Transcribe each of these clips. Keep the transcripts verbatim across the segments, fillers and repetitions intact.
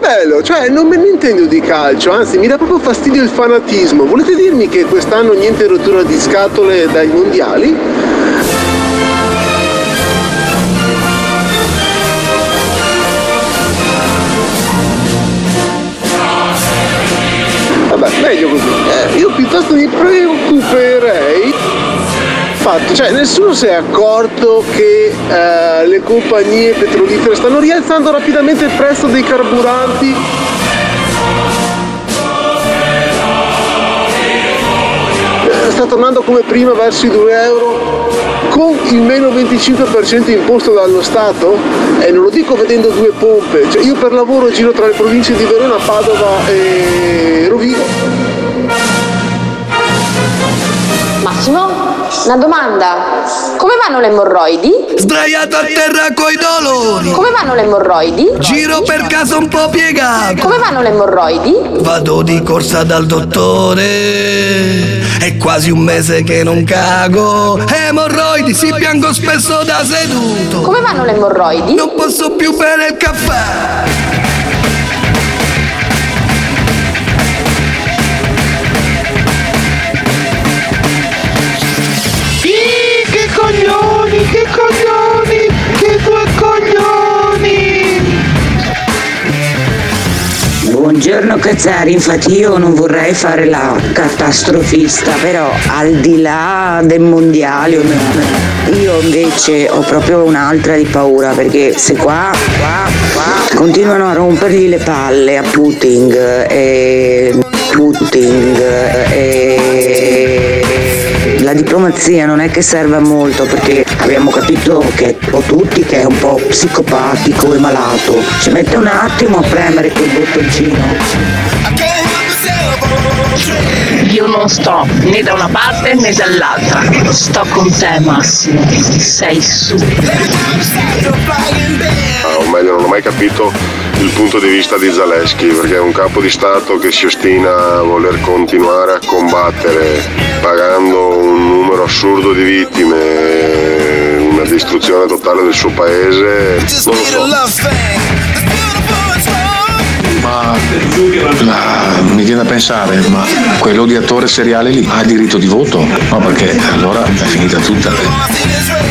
bello, cioè non me ne intendo di calcio, anzi mi dà proprio fastidio il fanatismo. Volete dirmi che quest'anno niente rottura di scatole dai mondiali? Vabbè, meglio così. Eh, io piuttosto mi preoccuperei. Fatto, cioè nessuno si è accorto che eh, le compagnie petrolifere stanno rialzando rapidamente il prezzo dei carburanti. Eh, sta tornando come prima verso i due euro con il meno venticinque per cento imposto dallo Stato, e non lo dico vedendo due pompe, cioè io per lavoro giro tra le province di Verona, Padova e Rovigo. Massimo? Una domanda, come vanno le emorroidi? Sdraiato a terra coi dolori. Come vanno le emorroidi? Giro per casa un po' piegato. Come vanno le emorroidi? Vado di corsa dal dottore, è quasi un mese che non cago. Emorroidi, si piango spesso da seduto. Come vanno le emorroidi? Non posso più bere il caffè. Coglioni, che coglioni, che due coglioni! Buongiorno Cazzari, infatti io non vorrei fare la catastrofista, però al di là del mondiale io invece ho proprio un'altra di paura, perché se qua, qua, qua continuano a rompergli le palle a Putin e Putin e la diplomazia non è che serve a molto, perché abbiamo capito che un po' tutti che è un po' psicopatico e malato. Ci mette un attimo a premere quel bottoncino. Io non sto né da una parte né dall'altra, sto con te Massimo, sei su. Ah, o meglio, non ho mai capito il punto di vista di Zalesky, perché è un capo di Stato che si ostina a voler continuare a combattere pagando un numero assurdo di vittime, una distruzione totale del suo paese. Non lo so. Ma la, mi viene da pensare, ma quell'odiatore seriale lì ha il diritto di voto? No, perché allora è finita tutta.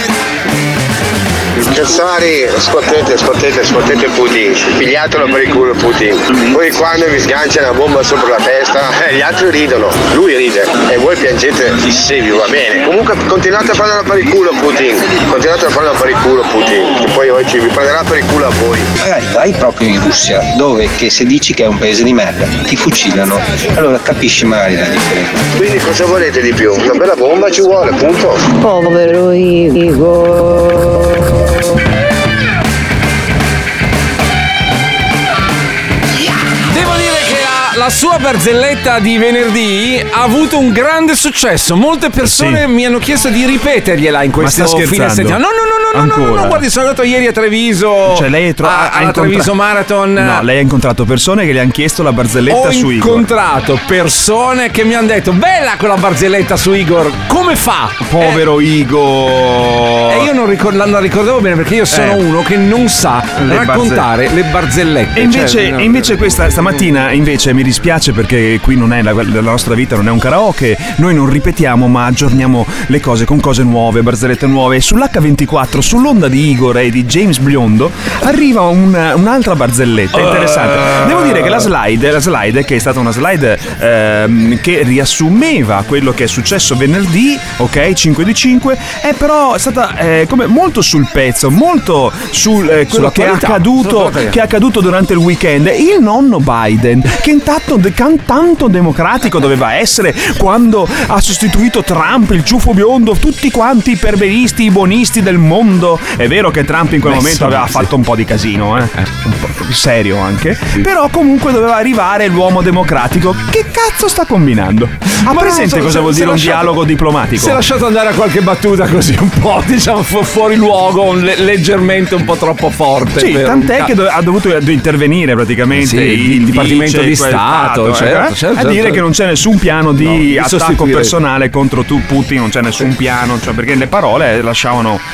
Cazzari, ascoltate, ascoltate, ascoltate Putin, pigliatelo per il culo Putin. Poi quando vi sgancia una bomba sopra la testa, eh, gli altri ridono, lui ride e voi piangete di sevi, va bene. Comunque continuate a prenderla per il culo Putin, continuate a prenderla per il culo Putin, che poi oggi vi prenderà per il culo a voi. Magari vai proprio in Russia, dove che se dici che è un paese di merda, ti fucilano, allora capisci magari la differenza. Quindi cosa volete di più? Una bella bomba ci vuole, punto. Povero Igor. La sua barzelletta di venerdì ha avuto un grande successo. Molte persone sì. mi hanno chiesto di ripetergliela in questo fine settimana. No, no, no, no, no, no, no, guardi, sono andato ieri a Treviso. Cioè lei è tro- a, a incontra- Treviso Marathon. No, lei ha incontrato persone che le hanno chiesto la barzelletta Ho su Igor. Ho incontrato persone che mi hanno detto: bella quella barzelletta su Igor, come fa? Povero eh, Igor. E io non ricord- la ricordavo bene, perché io sono eh. uno che non sa le raccontare barze- le barzellette. E invece, cioè, no, invece questa stamattina invece mi dispiace, perché qui non è la, la nostra vita, non è un karaoke, noi non ripetiamo ma aggiorniamo le cose con cose nuove, barzellette nuove. Sull'acca ventiquattro, sull'onda di Igor e di James Biondo, arriva un, un'altra barzelletta interessante. Devo dire che la slide, la slide che è stata una slide ehm, che riassumeva quello che è successo venerdì, ok, cinque di cinque, è però stata eh, come molto sul pezzo, molto sul eh, quello che è accaduto che è accaduto durante il weekend. Il nonno Biden, che intanto tanto democratico doveva essere quando ha sostituito Trump, il ciuffo biondo, tutti quanti i perberisti, i buonisti del mondo. È vero che Trump in quel Beh, momento sì, aveva sì. fatto un po' di casino, eh? un po' serio anche, sì. però comunque doveva arrivare l'uomo democratico. Che cazzo sta combinando? Ha Ma presente so, cosa vuol dire un lasciato, dialogo diplomatico? Si è lasciato andare a qualche battuta così un po', diciamo, fu- fuori luogo, le- leggermente un po' troppo forte. Sì, tant'è un... che do- ha dovuto intervenire praticamente sì, il, il Dipartimento di Stato, Certo, certo, eh? certo, a dire certo. che non c'è nessun piano di no, attacco personale contro tu Putin, non c'è nessun piano, cioè perché le parole lasciavano, no?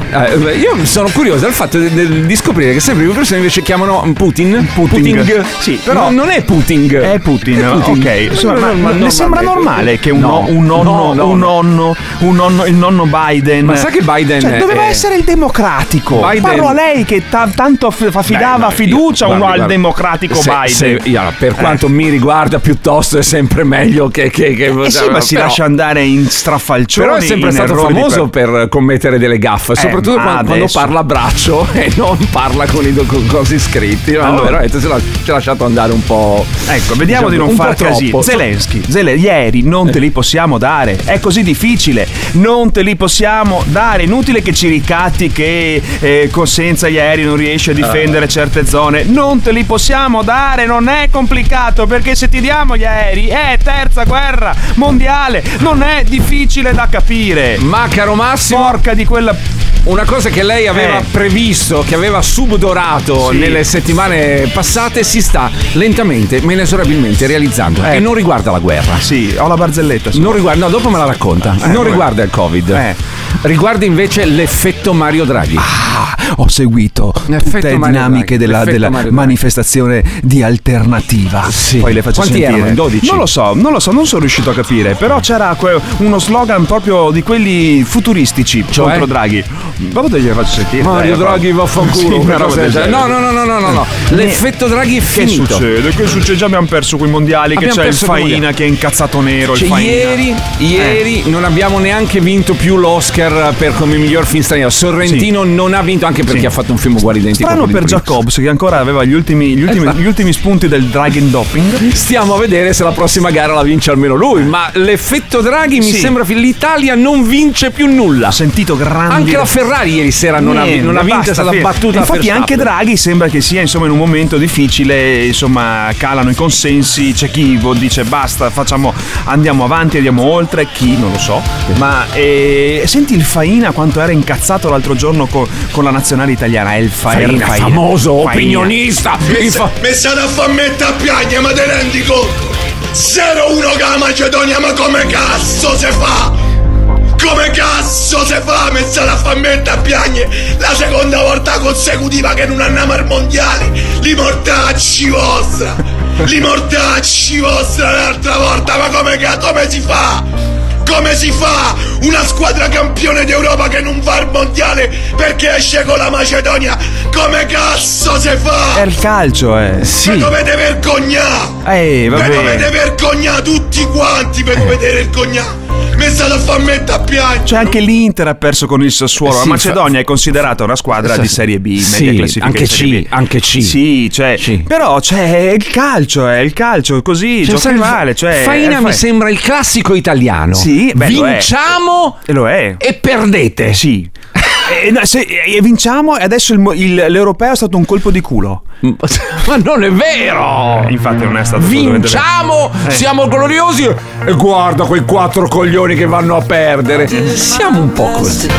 Eh, io sono curioso del fatto di, di, di scoprire che sempre più persone invece chiamano Putin. Putin. Putin. Sì, però no, non è Putin. È Putin. È Putin. Ok. Insomma, ma, ma le sembra normale che un, no, un nonno, no, no, un nonno, un nonno, il nonno Biden. Ma sa che Biden cioè, doveva è... essere il democratico. Biden... Parlo a lei che t- tanto affidava Beh, fiducia io, guarda, al guarda, democratico se, Biden. Se, io, per quanto eh. mi riguarda, piuttosto è sempre meglio che. che, che eh sì, ma si però, lascia andare in strafalcioni. Però è sempre stato famoso per... per commettere delle gaffe, soprattutto eh, quando, quando parla a braccio e non parla con i con cosi scritti. Ma allora, veramente se l'ha, ci ha lasciato andare un po'. Ecco, vediamo diciamo, di non far casino. Zelensky, Zelensky, ieri non te li possiamo dare. È così difficile. Non te li possiamo dare. Inutile che ci ricatti che eh, Cosenza ieri non riesce a difendere uh. certe zone. Non te li possiamo dare. Non è complicato, perché se ti diamo gli aerei è terza guerra mondiale. Non è difficile da capire. Ma caro Massimo, porca di quella. Una cosa che lei aveva eh. previsto, che aveva subdorato sì. nelle settimane passate, si sta lentamente, ma inesorabilmente realizzando. Eh. E non riguarda la guerra. Sì, ho la barzelletta. Non riguarda, no, dopo me la racconta. Eh, non eh. riguarda il Covid. Eh. Riguarda invece l'effetto Mario Draghi. Ah, ho seguito tutte le dinamiche della, della manifestazione di alternativa. Sì. Poi le faccio Quanti sentire. erano? dodici? Non lo so, non lo so, non sono riuscito a capire. Però c'era que- uno slogan proprio di quelli futuristici, cioè? Contro Draghi. Dopo te gliele faccio sentire. Mario dai, Draghi vaffanculo. Sì, no, no, no, no, no, no, no. L'effetto Draghi è finito. Che succede? Che succede? Già abbiamo perso quei mondiali. Abbiamo che c'è il Faina che è incazzato nero. Cioè, il Faina. Ieri, ieri eh. non abbiamo neanche vinto più l'Oscar per come miglior film straniero. Sorrentino sì. non ha vinto, anche perché sì. ha fatto un film uguale identico. Strano per Jacobs, che ancora aveva gli ultimi, gli ultimi, esatto. gli ultimi spunti del Dragon Doping. Stiamo a vedere se la prossima gara la vince almeno lui. Ma l'effetto Draghi mi sì. sembra che l'Italia non vince più nulla. Ho sentito grandi. Anche la Ferrari ieri sera non Niente, ha, non ha vinto, è stata fe- battuta. Infatti anche Draghi sembra che sia insomma in un momento difficile, insomma calano i consensi, c'è chi dice basta, facciamo, andiamo avanti, andiamo oltre, chi non lo so. Ma eh, senti il Faina quanto era incazzato l'altro giorno con, con la nazionale italiana, è il Faina, Faina, Faina famoso Faina. opinionista. Mi state a far mettere a piagna, ma te rendi conto? zero uno che la Macedonia, ma come cazzo si fa? Come cazzo si fa? Mi state a far mettere a piagne la seconda volta consecutiva che non andiamo al mondiale. Li mortacci vostra, li mortacci vostra l'altra volta, ma come, come si fa? Come si fa? Una squadra campione d'Europa che non va al mondiale perché esce con la Macedonia? Come cazzo si fa? È il calcio, eh. Sì. Vi dovete vergognare! Eh, vabbè. Vi dovete vergognare tutti quanti, vi dovete vergognare! Mi è stato a far mettere a piangere. Cioè anche l'Inter ha perso con il Sassuolo. Eh sì, la Macedonia fa... è considerata una squadra sì, di Serie B, sì, anche C, anche C. Sì, cioè, C. Però c'è il calcio, è il calcio così, cioè, gioca male, cioè Faina mi sembra il classico italiano. Sì, beh, vinciamo e lo è. E perdete. Sì. E, no, se, e vinciamo e adesso il, il, l'europeo è stato un colpo di culo. Ma non è vero! Eh, infatti non è stato vinciamo, eh. siamo gloriosi e guarda quei quattro coglioni che vanno a perdere. Siamo un po' così.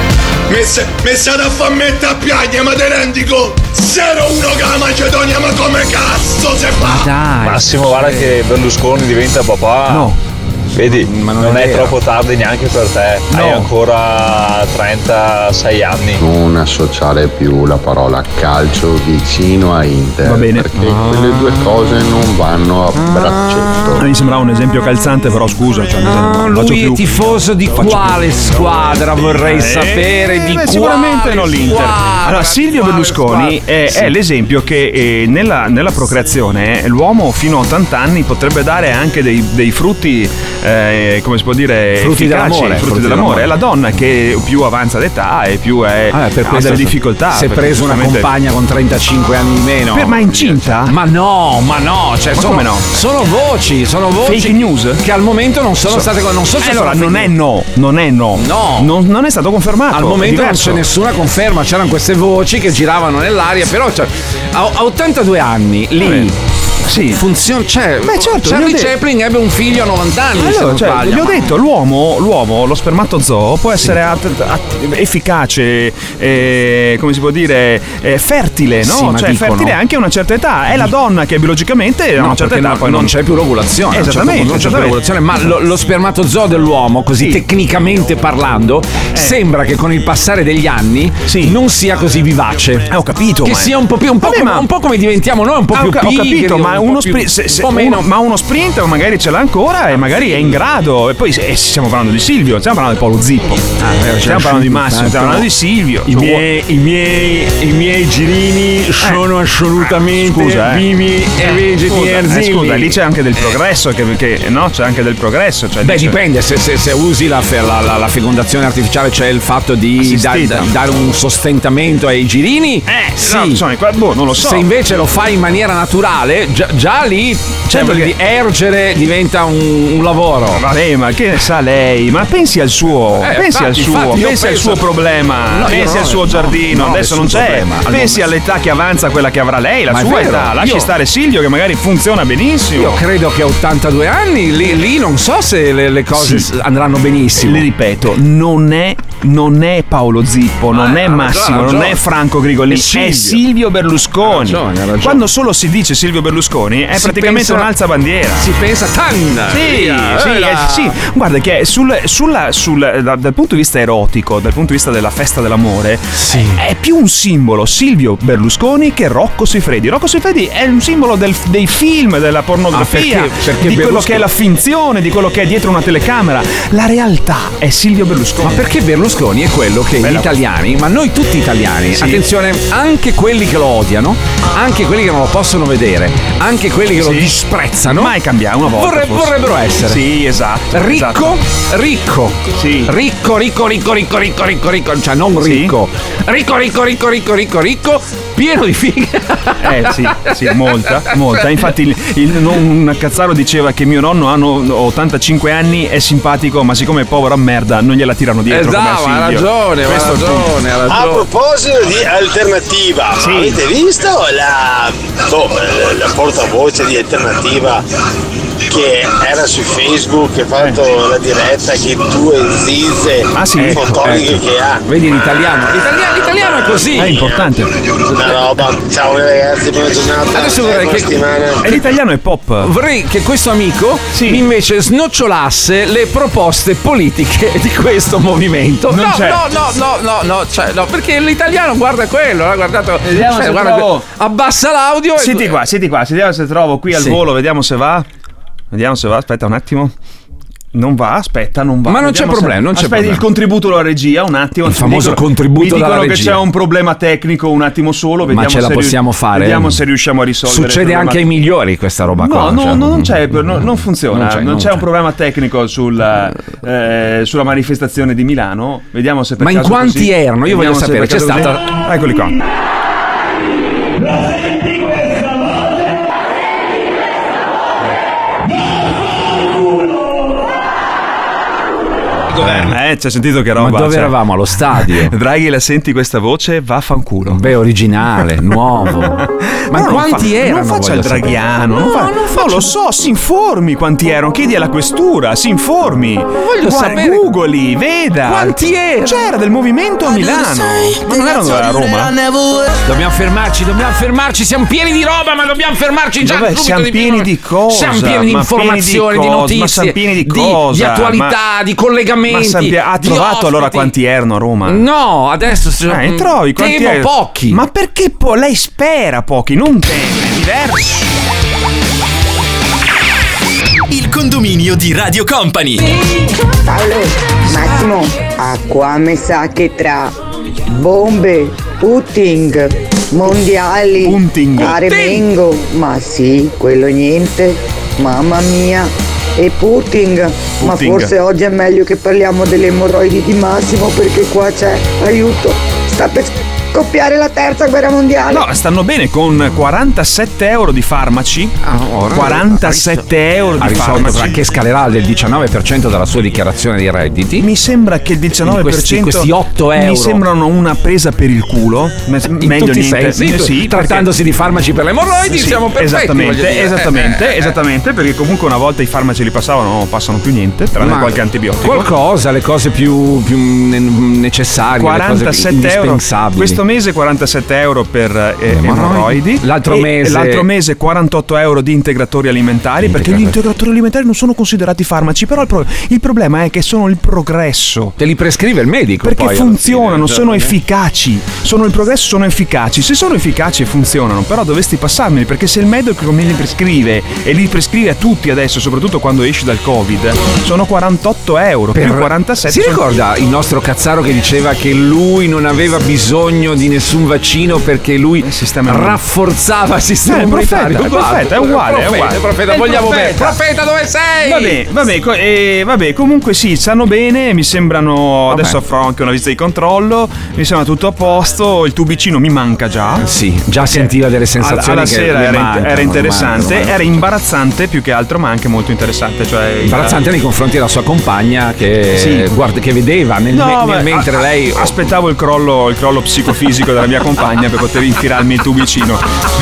Mi state a far mettere a piagna, ma te rendi conto? zero uno che la Macedonia, ma come cazzo si fa? Dai, Massimo, guarda che Berlusconi diventa papà. No. Vedi, ma non, non è, è troppo tardi neanche per te, no. Hai ancora trentasei anni. Non associare più la parola calcio vicino a Inter. Va bene. Perché ah. quelle due cose non vanno a braccetto. Ah. Mi sembrava un esempio calzante, però scusa. Cioè, ah, non lui faccio più. è tifoso di quale più. squadra? Vorrei eh, sapere di eh, quale. Sicuramente non l'Inter. Squadra, allora, Silvio Berlusconi è, sì. è l'esempio che eh, nella, nella procreazione eh, l'uomo fino a ottanta anni potrebbe dare anche dei, dei frutti. Eh, come si può dire, frutti efficaci, dell'amore, frutti, frutti dell'amore. dell'amore. È la donna che più avanza d'età e più è ah, per ha delle difficoltà. Si è preso una compagna con trentacinque anni di meno. Per, ma è incinta? Ma no, ma no, cioè ma sono, come no? Sono voci, sono voci fake news che al momento non sono so, state non so se eh, allora sono non è no, non è no. No. Non, non è stato confermato. Al momento non c'è nessuna conferma, c'erano queste voci che giravano nell'aria, però cioè, a, a ottantadue anni lì Sì. Funziona, cioè, Beh, certo, Charlie de- Chaplin ebbe un figlio a novanta anni. Allora, se non cioè, sbaglio. gli ho detto, l'uomo, l'uomo, lo spermatozoo può essere at- at- efficace, eh, come si può dire, eh, fertile, no? Sì, ma cioè, dicono- fertile anche a una certa età. È la donna che biologicamente a No, una certa perché età no, poi non c'è più l'ovulazione. Esattamente, non c'è più esattamente. l'ovulazione, ma lo, lo spermatozoo dell'uomo, così Sì. tecnicamente parlando, Eh. sembra che con il passare degli anni Sì. non sia così vivace. Eh, ho capito. Che ma- sia un po' più un po', Vabbè, come, ma- un po' come diventiamo noi, un po' Ah, più ho, ca- ho pigri, capito, ma un po' uno, più- spri- se- se- un po' meno. uno- ma uno sprint magari ce l'ha ancora e magari è in grado. E poi eh, stiamo parlando di Silvio, stiamo parlando di Paolo Zippo. Ah, stiamo parlando di Massimo, Tanto stiamo parlando di Silvio. I Cioè, miei, i miei, i miei girini sono assolutamente scusa, eh. vivi e vegeti Scusa, e eh, arzilli. scusa, lì c'è anche del progresso, che, che- no? C'è anche del progresso. Cioè, Beh, dice- dipende, se, se- se usi la, fe- la- la- la fecondazione artificiale c'è il fatto di da- Assistita. da- dare un sostentamento ai girini. Eh, sì. no, insomma, qua- boh, non lo so. Se invece lo fai in maniera naturale, già, già lì cioè, perché- di ergere diventa un, un lavoro. Vabbè, ma che ne sa lei? Ma pensi al suo, Eh, pensi al infatti, suo, infatti, io pensi al penso- suo problema, No, io pensi no, al suo no, giardino. no, Adesso non nessun c'è. problema. Pensi Allora, all'età che avanza quella che avrà lei, la Ma è sua vero, età. Lasci io- stare Silvio che magari funziona benissimo. Io credo che a ottantadue anni lì, lì non so se le, le cose Sì. andranno benissimo. Le ripeto, non è, non è Paolo Zippo, non Ah, è ha Massimo, ragione, ha non è ragione. Franco Grigolini, È Silvio. è Silvio Berlusconi. Ha ragione, ha ragione. Quando solo si dice Silvio Berlusconi è Si praticamente pensa- un'alzabandiera. Si pensa tan. Sì, via, sì, eh, la- eh, sì. Guarda che sul, sulla, sul, da- dal punto di vista erotico, dal punto di vista della festa dell'amore, è più un simbolo Silvio Berlusconi che Rocco Siffredi. Rocco Siffredi è un simbolo del- dei film, della pornografia, Ah, perché- perché di quello Berlusconi- che è la finzione, di quello che è dietro una telecamera. La realtà è Silvio Berlusconi. Ma perché Berlusconi è quello che Bella. gli italiani, ma noi tutti italiani, Sì. attenzione, anche quelli che lo odiano, anche quelli che non lo possono vedere, anche quelli che lo Sì. disprezzano, Mai cambia una volta. vorre- forse. vorrebbero essere Sì, esatto. ricco, esatto. ricco, Sì. ricco, ricco, ricco, ricco, ricco, ricco, ricco, cioè non Sì. ricco, ricco, ricco, ricco, ricco, ricco, ricco, pieno di fighe. Eh sì, sì, molta, molta. Infatti il, il- un Cazzaro diceva che mio nonno ha ottantacinque anni, è simpatico, ma siccome è povero a merda non gliela tirano dietro come a Esatto, ha Silvio. ragione, ha Questo è il punto. ragione, ha A ragione. proposito di alternativa, Sì. avete visto la, boh, la- la portavoce di alternativa che era su Facebook, che ha fatto la diretta, che tu e Zizze, Ah, sì? i Ecco, fotoghi ecco. che ha. Vedi l'italiano, l'italiano, l'italiano è così. È importante. Una roba. Ciao ragazzi, buona giornata. Adesso vorrei buona che- settimana. E l'italiano è pop. Vorrei che questo amico Sì. invece snocciolasse le proposte politiche di questo movimento. Non no, c'è. no, no, no, no, no, cioè, no, perché l'italiano guarda quello, ha guardato. Vediamo cioè, se guarda, trovo- abbassa l'audio e- Senti qua, senti qua, vediamo se trovo qui al Sì. volo, vediamo se va. Vediamo se va, aspetta un attimo. Non va, aspetta, non va. Ma non Vediamo c'è se- problema, non c'è Aspetta, problema. il contributo alla regia, un attimo. Il Mi famoso dicono- contributo mi dicono dalla che regia. c'è un problema tecnico, un attimo solo. Vediamo Ma ce la se rius- possiamo fare. Vediamo se riusciamo a risolvere. il Succede problema. anche ai migliori questa roba No, qua. no, cioè, no, non c'è, no, non funziona. Non Non c'è, c'è, non c'è. un problema tecnico sul, eh, sulla manifestazione di Milano. Vediamo se per Ma in caso quanti così- erano? Io voglio vediamo se sapere, per c'è caso stata- così- Eccoli qua. Eh, c'è sentito che roba. Ma dove cioè. eravamo? Allo stadio? Draghi, la senti questa voce? Vaffanculo. Beh, originale, nuovo. Ma No, non quanti fa- erano? Non faccia voglio il sapere. draghiano. Non, fa- No, non no, faccio- lo so, si informi quanti erano. Chiedi alla questura, si informi. Voglio sapere- Googoli, veda. Quanti erano? C'era del movimento a Milano. Ma non erano a Roma? Dobbiamo fermarci, dobbiamo fermarci. Siamo pieni di roba, ma dobbiamo fermarci già. Vabbè, subito siamo di pieni prima. di cosa? Siamo pieni di Ma informazioni, pieni di, di cosa? notizie, Ma siamo pieni di di, cosa? di attualità, Ma- di Ma collegamenti. sappia- ha di trovato allora ospiti. quanti erano a Roma? No, adesso Eh, trovi quanti temo erano? pochi. Ma perché po- lei spera pochi, non teme, è diverso. Il condominio di Radio Company. Paolo, Massimo, a qua mi sa che tra bombe, Putin, mondiali, Punting. Aremengo, ma sì, quello niente, mamma mia, e Putin, ma Putin. forse oggi è meglio che parliamo delle emorroidi di Massimo perché qua c'è, aiuto, sta per scoppiare la terza guerra mondiale. No, stanno bene con quarantasette euro di farmaci. Ah, ora quarantasette euro di farmaci. Che scalerà del diciannove per cento dalla sua dichiarazione dei redditi. Mi sembra che il diciannove per cento questi, questi otto euro mi sembrano una presa per il culo. In Meglio tutti i niente. sensi, sì, trattandosi perché... di farmaci per le emorroidi, sì, siamo perfetti. Esattamente, esattamente, esattamente, perché comunque una volta i farmaci li passavano, non passano più niente, tranne Ma qualche antibiotico. Qualcosa, le cose più, più necessarie, quarantasette le cose euro. indispensabili. Questo mese quarantasette euro per eh, emorroidi. L'altro e mese l'altro mese quarantotto euro di integratori alimentari, Integratori. perché gli integratori alimentari non sono considerati farmaci, però il, pro- il problema è che sono il progresso. Te li prescrive il medico. Perché poi, funzionano, fine, sono cioè, efficaci. Sono il progresso, sono efficaci. Se sono efficaci e funzionano, però dovresti passarmeli, perché se il medico me li prescrive e li prescrive a tutti adesso, soprattutto quando esci dal Covid, sono quarantotto euro per... più quarantasette. Si sono... ricorda il nostro Cazzaro che diceva che lui non aveva bisogno di nessun vaccino perché lui il sistema rafforzava il sistema eh, immunitario. È profeta, è uguale, è uguale. Profeta, vogliamo bene. Profeta, dove sei? Vabbè, vabbè, co- eh, vabbè, comunque sì, stanno bene, mi sembrano. Vabbè. Adesso farò anche una visita di controllo. Mi sembra tutto a posto. Il tubicino mi manca già. Sì, già sentiva delle sensazioni. Alla che sera era, mancano, era interessante, mancano, mancano. Era imbarazzante più che altro, ma anche molto interessante. Cioè imbarazzante nei confronti della sua compagna che, sì. guarda, che vedeva nel, no, me, nel beh, mentre a, lei. Aspettavo il crollo, il crollo psicofisico della mia compagna per poter infilarmi il tubicino.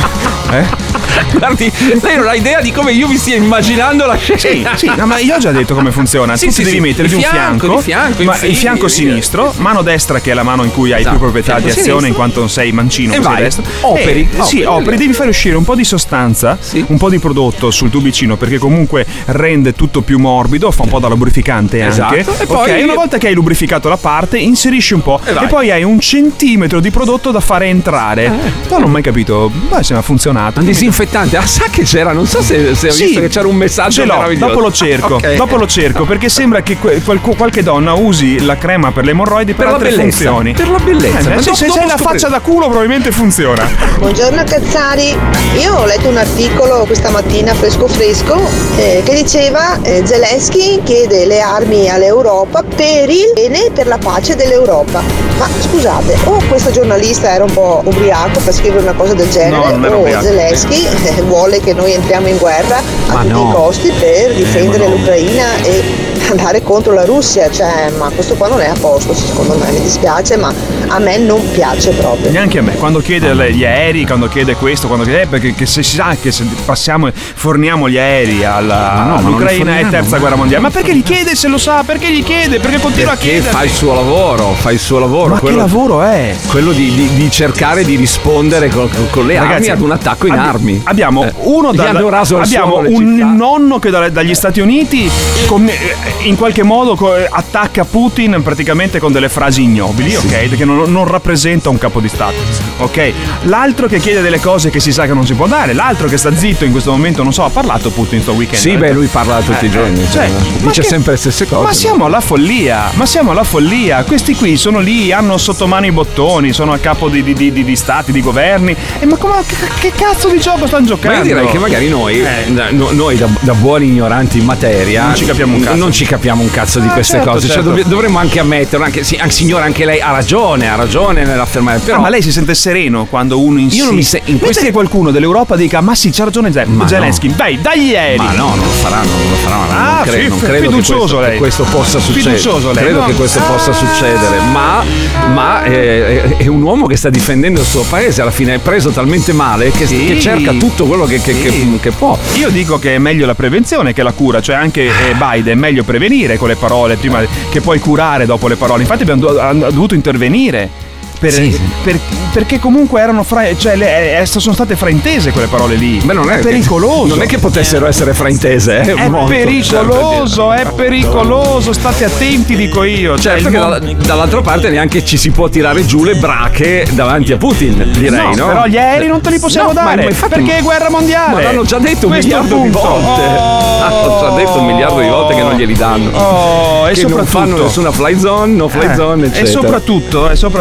Eh? Guardi, lei non ha idea di come io mi stia immaginando la scena. Sì, sì, no, ma io ho già detto come funziona. Sì, tu sì, ti devi sì. mettere Di di un fianco, fianco, di fianco ma infine, il fianco via, sinistro, via. mano destra che è la mano in cui hai Esatto. più proprietà Fianco di azione sinistro. in quanto non sei mancino, E sei vai. destro. Operi, E, operi, sì, via, operi, via. devi fare uscire un po' di sostanza, Sì. un po' di prodotto sul tubicino, perché comunque rende tutto più morbido, fa un po' da lubrificante anche. Esatto. E poi- Ok, una volta che hai lubrificato la parte, inserisci un po' E e, vai. poi hai un centimetro di prodotto da fare entrare. Eh. Però non ho mai capito, ma se mi ha funzionato. Un disinfettante. Ah, sa che c'era? Non so se, se ho Sì, visto che c'era un messaggio ce l'ho, meraviglioso. dopo lo cerco, Ok. dopo lo cerco perché sembra che que- qual- qualche donna usi la crema per le emorroidi per, Per la altre bellezza, funzioni. per la bellezza. Eh, Ma se dopo- se dopo hai la scopri- faccia da culo probabilmente funziona. Buongiorno Cazzari, io ho letto un articolo questa mattina fresco fresco eh, che diceva eh, Zelensky chiede le armi all'Europa per il bene e per la pace dell'Europa. Ma scusate, o questo giornalista era un po' ubriaco per scrivere una cosa del genere, No, non era o ubriaco. Zelensky eh, vuole che noi entriamo in guerra a Ma tutti no. i costi per difendere ma no. l'Ucraina e andare contro la Russia, cioè, ma questo qua non è a posto, secondo me, mi dispiace, ma a me non piace proprio. Neanche a me, quando chiede le- gli aerei, quando chiede questo, quando chiede eh, perché che se si sa che se passiamo forniamo gli aerei alla, Ma no, ma non li all'Ucraina è forniamo, terza ma- guerra mondiale. Ma perché gli chiede se lo sa? Perché gli chiede? Perché continua a Perché chiedere? fa il suo lavoro, fa il suo lavoro. Ma quello, che lavoro è? Quello di, di- di cercare di rispondere con, con le Ragazzi, armi ad un attacco in abbi- armi. Abbiamo Eh, uno gli da, hanno raso al abbiamo suolo le un città. nonno che da- dagli Stati Uniti com- in qualche modo co- attacca Putin praticamente con delle frasi ignobili, Sì. ok? Che non, non rappresenta un capo di Stato, ok? L'altro che chiede delle cose che si sa che non si può dare, l'altro che sta zitto in questo momento, non so, ha parlato Putin sto weekend. Sì, ha beh, detto- lui parla tutti Eh, i giorni, eh, cioè, ma dice che- sempre le stesse cose. Ma siamo alla follia, ma siamo alla follia. Questi qui sono lì, hanno sotto mano i bottoni, sono a capo di, di, di, di- di stati, di governi. E ma come, che, che cazzo di gioco stanno giocando? Ma io direi che magari noi, Eh. da- no- noi da, da buoni ignoranti in materia, Non ci capiamo un cazzo. non ci capiamo un cazzo di Ah, queste certo, cose. Cioè, certo. dov- dovremmo anche ammetterlo. Anche, sì, anche, signora, anche lei ha ragione, ha ragione nell'affermare. Però Ah, ma lei si sente sereno quando uno insiste. Io non mi se- in Invece queste- che qualcuno dell'Europa dica ma sì, c'ha ragione Ze- Ma Zelensky, dai, dagli ieri. Ma no, non lo faranno, non lo faranno. Ah, non credo, sì, non f- credo che fiducioso questo, che lei. questo possa succedere. Fiducioso lei, Credo no? che questo possa succedere, ma, ma eh, è un uomo che sta difendendo il suo paese. Alla fine è preso talmente male che, Sì. che cerca tutto quello che, che, Sì. che- che può. Io dico che è meglio la prevenzione che la cura, cioè anche eh, Biden è meglio prevenire con le parole prima che poi curare dopo le parole. Infatti abbiamo do- hanno dovuto intervenire. Per, Sì. per- perché comunque erano fra, cioè le, eh, sono state fraintese quelle parole lì. Beh, non è, è pericoloso. Che, non è che potessero essere fraintese, eh, È molto, pericoloso, certo. è pericoloso, state attenti, dico io. Cioè, Certo il che mondo- dalla- dall'altra parte neanche ci si può tirare giù le brache davanti a Putin, direi, no? Però gli aerei non te li possiamo No, ma- dare ma infatti- perché è guerra mondiale. Ma l'hanno già detto un Questo miliardo di punto. volte. Oh. Hanno già detto un miliardo di volte che non glieli danno. Oh, e che non soprattutto fanno nessuna fly zone, no fly Eh, zone, e eccetera. soprattutto, e soprattutto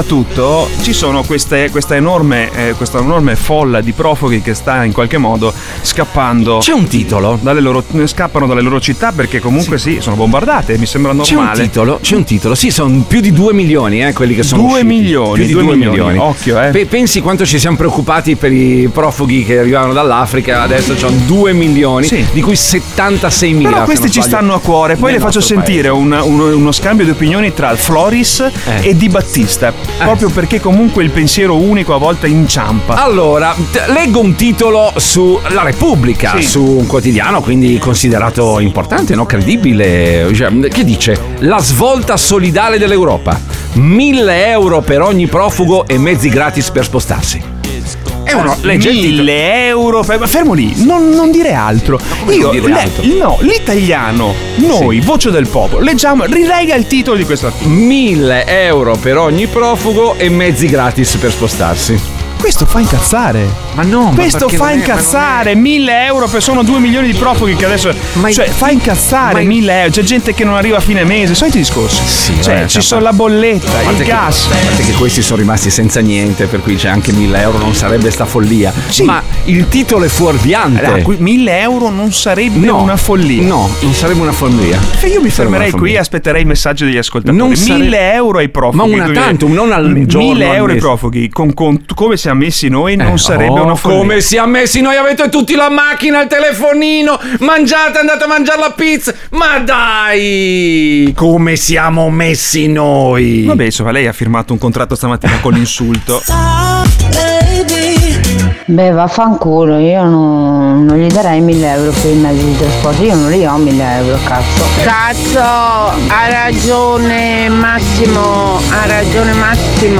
mondo ci sono queste, questa enorme eh, questa enorme folla di profughi che sta in qualche modo scappando. C'è un titolo? Dalle loro, scappano dalle loro città perché comunque sì, sì sono bombardate, mi sembra normale. C'è un titolo, c'è un titolo, sì, sono più di due milioni eh, quelli che sono due usciti. milioni, più di due, due milioni. milioni. Occhio, eh. P- pensi quanto ci siamo preoccupati per i profughi che arrivavano dall'Africa, adesso c'hanno due milioni, sì. di cui settantaseimila. Però questi ci stanno a cuore, poi le faccio sentire un, un, uno scambio di opinioni tra Floris eh. e Di Battista, eh. proprio perché comunque il pensiero unico a volte inciampa. Allora, t- leggo un titolo su La Repubblica, sì. su un quotidiano quindi considerato importante, no? Credibile, che dice: la svolta solidale dell'Europa, mille euro per ogni profugo e mezzi gratis per spostarsi. È uno, mille euro per... fermo lì, non, non dire altro. Io dire le, altro? no, l'italiano, noi, sì. voce del popolo, leggiamo, rilega il titolo di questo articolo. mille euro per ogni profugo e mezzi gratis per spostarsi. Questo fa incazzare. Ma no, questo ma fa non incazzare. È, mille euro per sono due milioni di profughi che adesso. Ma cioè, fa incazzare ma mille euro. C'è gente che non arriva a fine mese. Soliti discorsi. Sì, cioè, vabbè, ci sono la bolletta, il che, gas. A parte che questi sono rimasti senza niente, per cui c'è anche mille euro, non sarebbe sta follia. Sì. Ma il titolo è fuorviante. Allora, mille euro non sarebbe no, una follia. No, non sarebbe una follia. E io mi fermerei qui e aspetterei il messaggio degli ascoltatori. Non sare... mille euro ai profughi. Ma una tantum, non al giorno. Mille euro ai mese. profughi. Con, con come siamo messi noi, eh, non sarebbe oh, una follia. Come siamo messi noi? Avete tutti la macchina, il telefonino, mangiate, andate a mangiare la pizza. Ma dai, come siamo messi noi? Vabbè, insomma, lei ha firmato un contratto stamattina con l'insulto. Beh, vaffanculo, io non, non gli darei mille euro per i mezzi di trasporto, io non li ho mille euro, cazzo. Cazzo, ha ragione Massimo, ha ragione Massimo.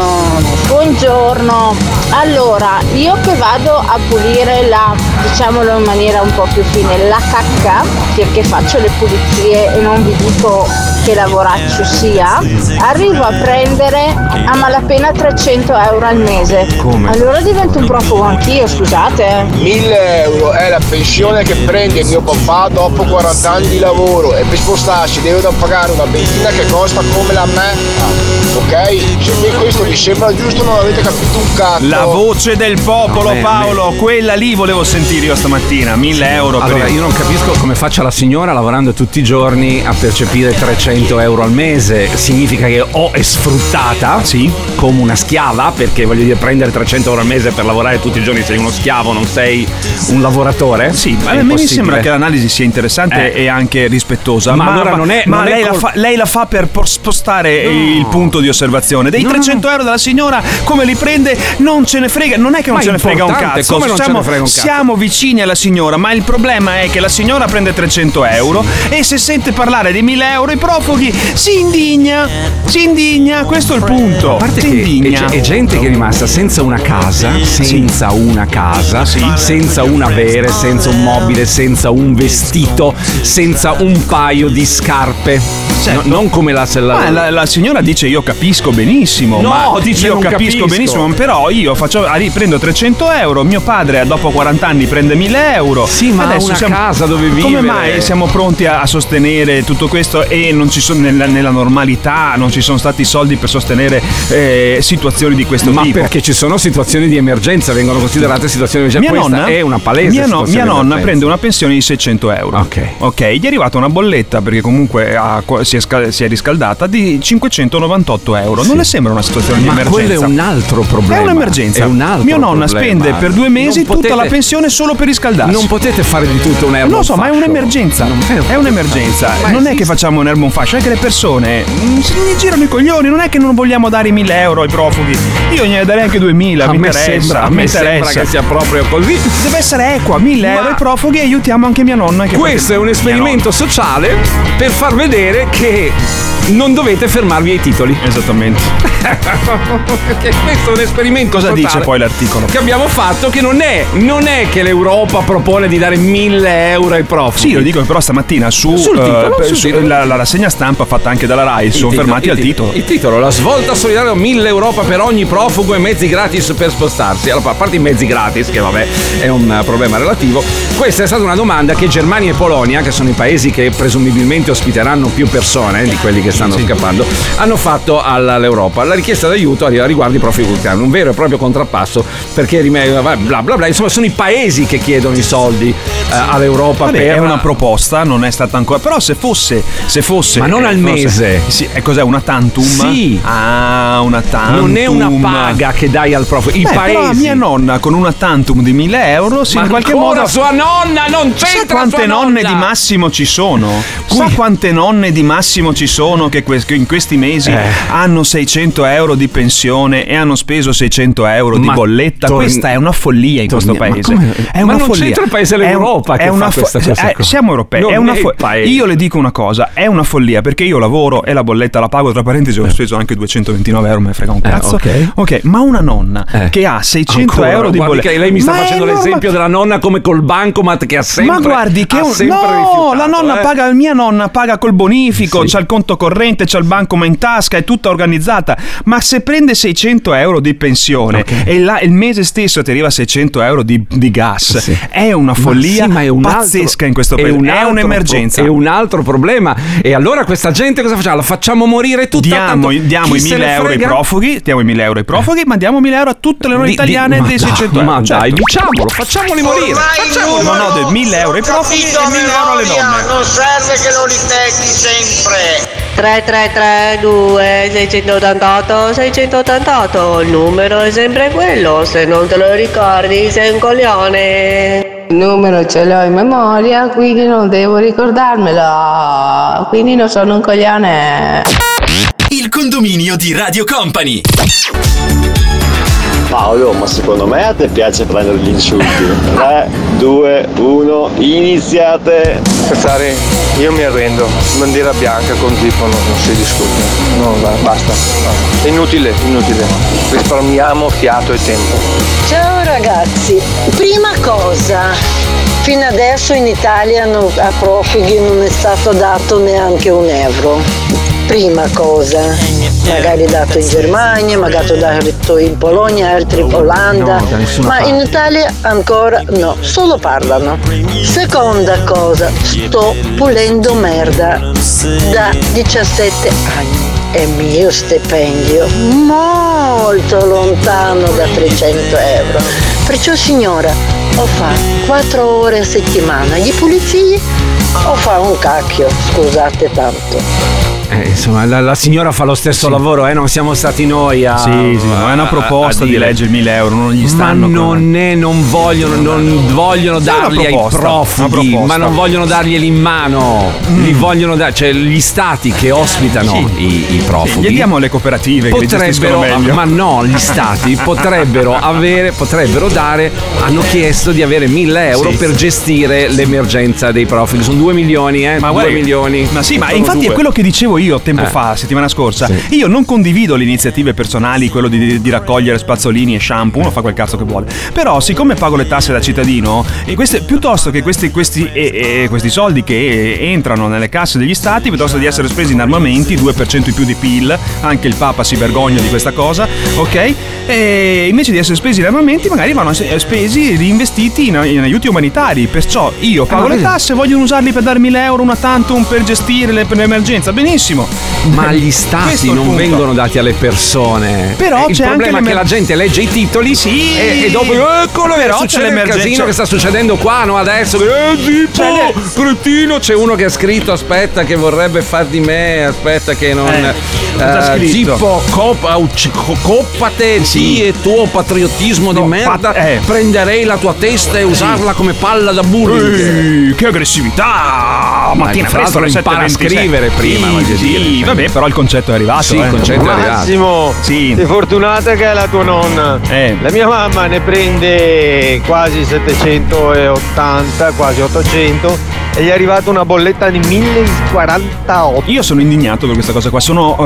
Buongiorno, allora io che vado a pulire la, diciamolo in maniera un po' più fine, la cacca, perché faccio le pulizie e non vi dico che lavoraccio sia, arrivo a prendere a malapena trecento euro al mese. Come? Allora divento un profugo anch'io, scusate. mille euro è la pensione che prende mio papà dopo quaranta anni di lavoro e per spostarsi deve da pagare una benzina che costa come la me. Ok? Se questo vi sembra giusto non avete capito un cazzo. La voce del popolo, no, Paolo, me... quella lì volevo sentire io stamattina, mille euro. Allora per io non capisco come faccia la signora lavorando tutti i giorni a percepire trecento euro al mese. Significa che o è sfruttata, sì, come una schiava, perché voglio dire, prendere trecento euro al mese per lavorare tutti i giorni, sei uno schiavo, non sei un lavoratore. Sì, ma a me mi sembra che l'analisi sia interessante eh. e anche rispettosa. Ma, ma allora non è. Ma non lei, è col... la fa, lei la fa per spostare no. il punto di osservazione. Dei no. trecento euro della signora, come li prende, non ce ne frega. Non è che non ma ce ne frega un cazzo. Come non siamo, ce ne frega un cazzo? Siamo vicini alla signora, ma il problema è che la signora prende trecento euro e se sente parlare di mille euro i profughi si indigna. Si indigna, questo è il punto. A parte si che indigna. è, è gente che è rimasta senza una casa, senza sì. una casa, sì. senza un avere, senza un mobile, senza un vestito, senza un paio di scarpe. Certo. No, non come la, la... la la signora dice io capisco benissimo. No, ma dice io non capisco, capisco benissimo, però io faccio prendo trecento euro, mio padre dopo quaranta anni prende mille euro. Sì, ma adesso una siamo, casa dove vivere. Come mai siamo pronti a, a sostenere tutto questo e non ci sono nella, nella normalità non ci sono stati soldi per sostenere eh, situazioni di questo ma tipo? Ma perché ci sono situazioni di emergenza, vengono considerate situazioni di emergenza. Mia Questa nonna, è una palese mia, no, mia nonna emergenza. prende una pensione di seicento euro. Ok. Ok, gli è arrivata una bolletta perché comunque ha, si, è scal- si è riscaldata di cinquecentonovantotto euro. Sì. Non le sembra una situazione ma di emergenza? Ma quello è un altro problema. È un'emergenza. È un altro Mia nonna problema. spende per due mesi potete, tutta la pensione solo per riscaldarsi. Non potete fare di tutto un erbo. Non so, ma è un'emergenza. È, è un'emergenza. Ma non esiste. È che facciamo un erbo fascio, è che le persone mh, si girano i coglioni. Non è che non vogliamo dare i mille euro ai profughi. Io gliene darei anche duemila. A mi me interessa. Sembra, a mi me interessa. sembra che sia proprio così. Deve essere equa. mille euro ai profughi e aiutiamo anche mia nonna. Che questo è un esperimento sociale per far vedere che non dovete fermarvi ai titoli. Esattamente. Perché questo è un esperimento cosa sociale dice poi l'articolo che abbiamo fatto, che non è non è che l'Europa propone di dare mille euro ai profughi. Sì, lo dico, però stamattina su, sul titolo, uh, sul su titolo. La, la rassegna rassegna stampa fatta anche dalla Rai, si sono titolo, fermati il al titolo. Il titolo, la svolta solidaria mille Europa per ogni profugo e mezzi gratis per spostarsi. Allora, a parte i mezzi gratis, che vabbè è un problema relativo, questa è stata una domanda che Germania e Polonia, che sono i paesi che presumibilmente ospiteranno più persone eh, di quelli che stanno sì. scappando, hanno fatto all'Europa. La richiesta d'aiuto riguarda i profughi ucraini, un vero e proprio contrappasso, perché bla bla bla, insomma sono i paesi che chiedono i soldi eh, all'Europa. Vabbè, per... è una proposta, non è stata ancora, però se fosse se fosse ma non eh, al mese sì, e cos'è una tantum? Sì. Ah, una tantum. Non è una paga che dai al profugo. I Beh, paesi. però mia nonna con una tantum di mille euro sì, ma in qualche ancora modo sua nonna non c'entra. Sa quante sua nonne nonna? di Massimo ci sono? Sa quante nonne di Massimo ci sono che, que- che in questi mesi eh. hanno seicento euro di pensione e hanno speso seicento euro di ma bolletta? torni... Questa è una follia in questo torni... paese. Ma, è ma una non follia. c'entra il paese dell'Europa è, che è fa una questa fo- cosa eh, siamo europei. Non è una è fo- io le dico una cosa, è una follia perché io lavoro e la bolletta la pago, tra parentesi ho speso anche duecentoventinove euro, me ne frega un cazzo. Eh, ok. Ok, ma una nonna Eh. che ha seicento Ancora, euro di guardi bolletta. che lei mi sta Ma facendo norma- l'esempio della nonna come col bancomat che ha sempre ma guardi che ha un... sempre no, rifiutato, la nonna eh. paga, mia nonna paga col bonifico, Sì. c'ha il conto corrente, c'ha il bancomat in tasca, è tutta organizzata. Ma se prende seicento euro di pensione Okay. e la, il mese stesso ti arriva seicento euro di, di gas, Sì. è una follia ma sì, ma è un pazzesca altro, in questo paese. è, un è altro, un'emergenza. È un altro problema. E allora questa gente cosa facciamo? La facciamo morire tutta? Diamo, tanto, diamo chi i se mille ne euro ai frega? profughi, diamo i mille euro ai profughi, ma diamo mille euro a tutte le donne Di- italiane di- ma dei dai, seicento euro. ma Certo. dai, diciamolo, facciamoli morire. Facciamoli No, no, del mille euro ai profughi e mille euro alle donne. Non serve che lo ripeti sempre. tre tre tre due sei ottantotto sei ottantotto, il numero è sempre quello, se non te lo ricordi sei un coglione. Il numero ce l'ho in memoria, quindi non devo ricordarmelo, quindi non sono un coglione. Il condominio di Radio Company. Paolo, ma secondo me a te piace prendere gli insulti. tre, due, uno, iniziate. Cazzari, io mi arrendo. Bandiera bianca con tipo non, non si discute. No, va, basta. È inutile, inutile. Risparmiamo fiato e tempo. Ciao ragazzi, prima cosa, fino adesso in Italia non, a profughi non è stato dato neanche un euro. Prima cosa, magari dato in Germania, magari dato in Polonia, altri in Olanda, no, ma in Italia ancora no, solo parlano. Seconda cosa, sto pulendo merda da diciassette anni. È mio stipendio molto lontano da trecento euro. Perciò signora, o fa quattro ore a settimana di pulizie o fa un cacchio, scusate tanto. Eh, insomma, la, la signora fa lo stesso Sì. lavoro, eh? Non siamo stati noi a. Sì, sì, no, è una proposta a di dire. legge mille euro, non gli stanno. Ma non è, non vogliono, non vogliono Sì, è una darli ai proposta, una profughi, proposta. ma non vogliono darglieli in mano. Li vogliono dare, cioè gli stati che ospitano Sì. i, i profughi. Gli diamo alle cooperative che li gestiscono potrebbero, meglio. ma no, gli stati potrebbero avere, potrebbero dare, hanno chiesto di avere mille euro Sì. per gestire l'emergenza dei profughi. Sono due milioni, eh? Ma due guarda, milioni. Ma sì, ma Sono infatti due. è quello che dicevo io tempo Eh. fa, settimana scorsa. Sì. Io non condivido le iniziative personali, quello di, di raccogliere spazzolini e shampoo, uno fa quel cazzo che vuole. Però, siccome pago le tasse da cittadino, e queste, piuttosto che questi, questi, e, e, questi soldi che entrano nelle casse degli stati, piuttosto di essere spesi in armamenti, due per cento in più di P I L, anche il Papa si vergogna di questa cosa, ok? E invece di essere spesi in armamenti, magari vanno spesi reinvestiti in, in aiuti umanitari. Perciò io pago Ah, le tasse, vogliono usarli per dare mille euro una tantum per gestire le, per l'emergenza. Benissimo. Ma gli stati Questo è il non punto. vengono dati alle persone. Però Eh, il c'è anche problema è che l'emer- la gente legge i titoli Sì. e, e dopo eccolo, Però succede c'è il l'emergenza. casino che sta succedendo qua, no? Adesso eh, tipo, C'è le- cretino, c'è uno che ha scritto aspetta che vorrebbe far di me, aspetta che non Eh, cosa ha scritto? Zippo, cop, ucc- co- coppate sì. e tuo patriottismo No, di merda, pat- eh. prenderei la tua testa e usarla come palla da bullying. Ehi, che aggressività! Ma Mattina fra presto l'altro alle impara a sette e ventisei. scrivere prima, Sì, voglio sì, dire. vabbè, però il concetto è arrivato. Sì, eh. il concetto è arrivato. Massimo, Sì. sei fortunata che è la tua nonna. Eh. La mia mamma ne prende quasi settecentottanta, quasi ottocento e gli è arrivata una bolletta di millequarantotto. Io sono indignato per questa cosa qua, sono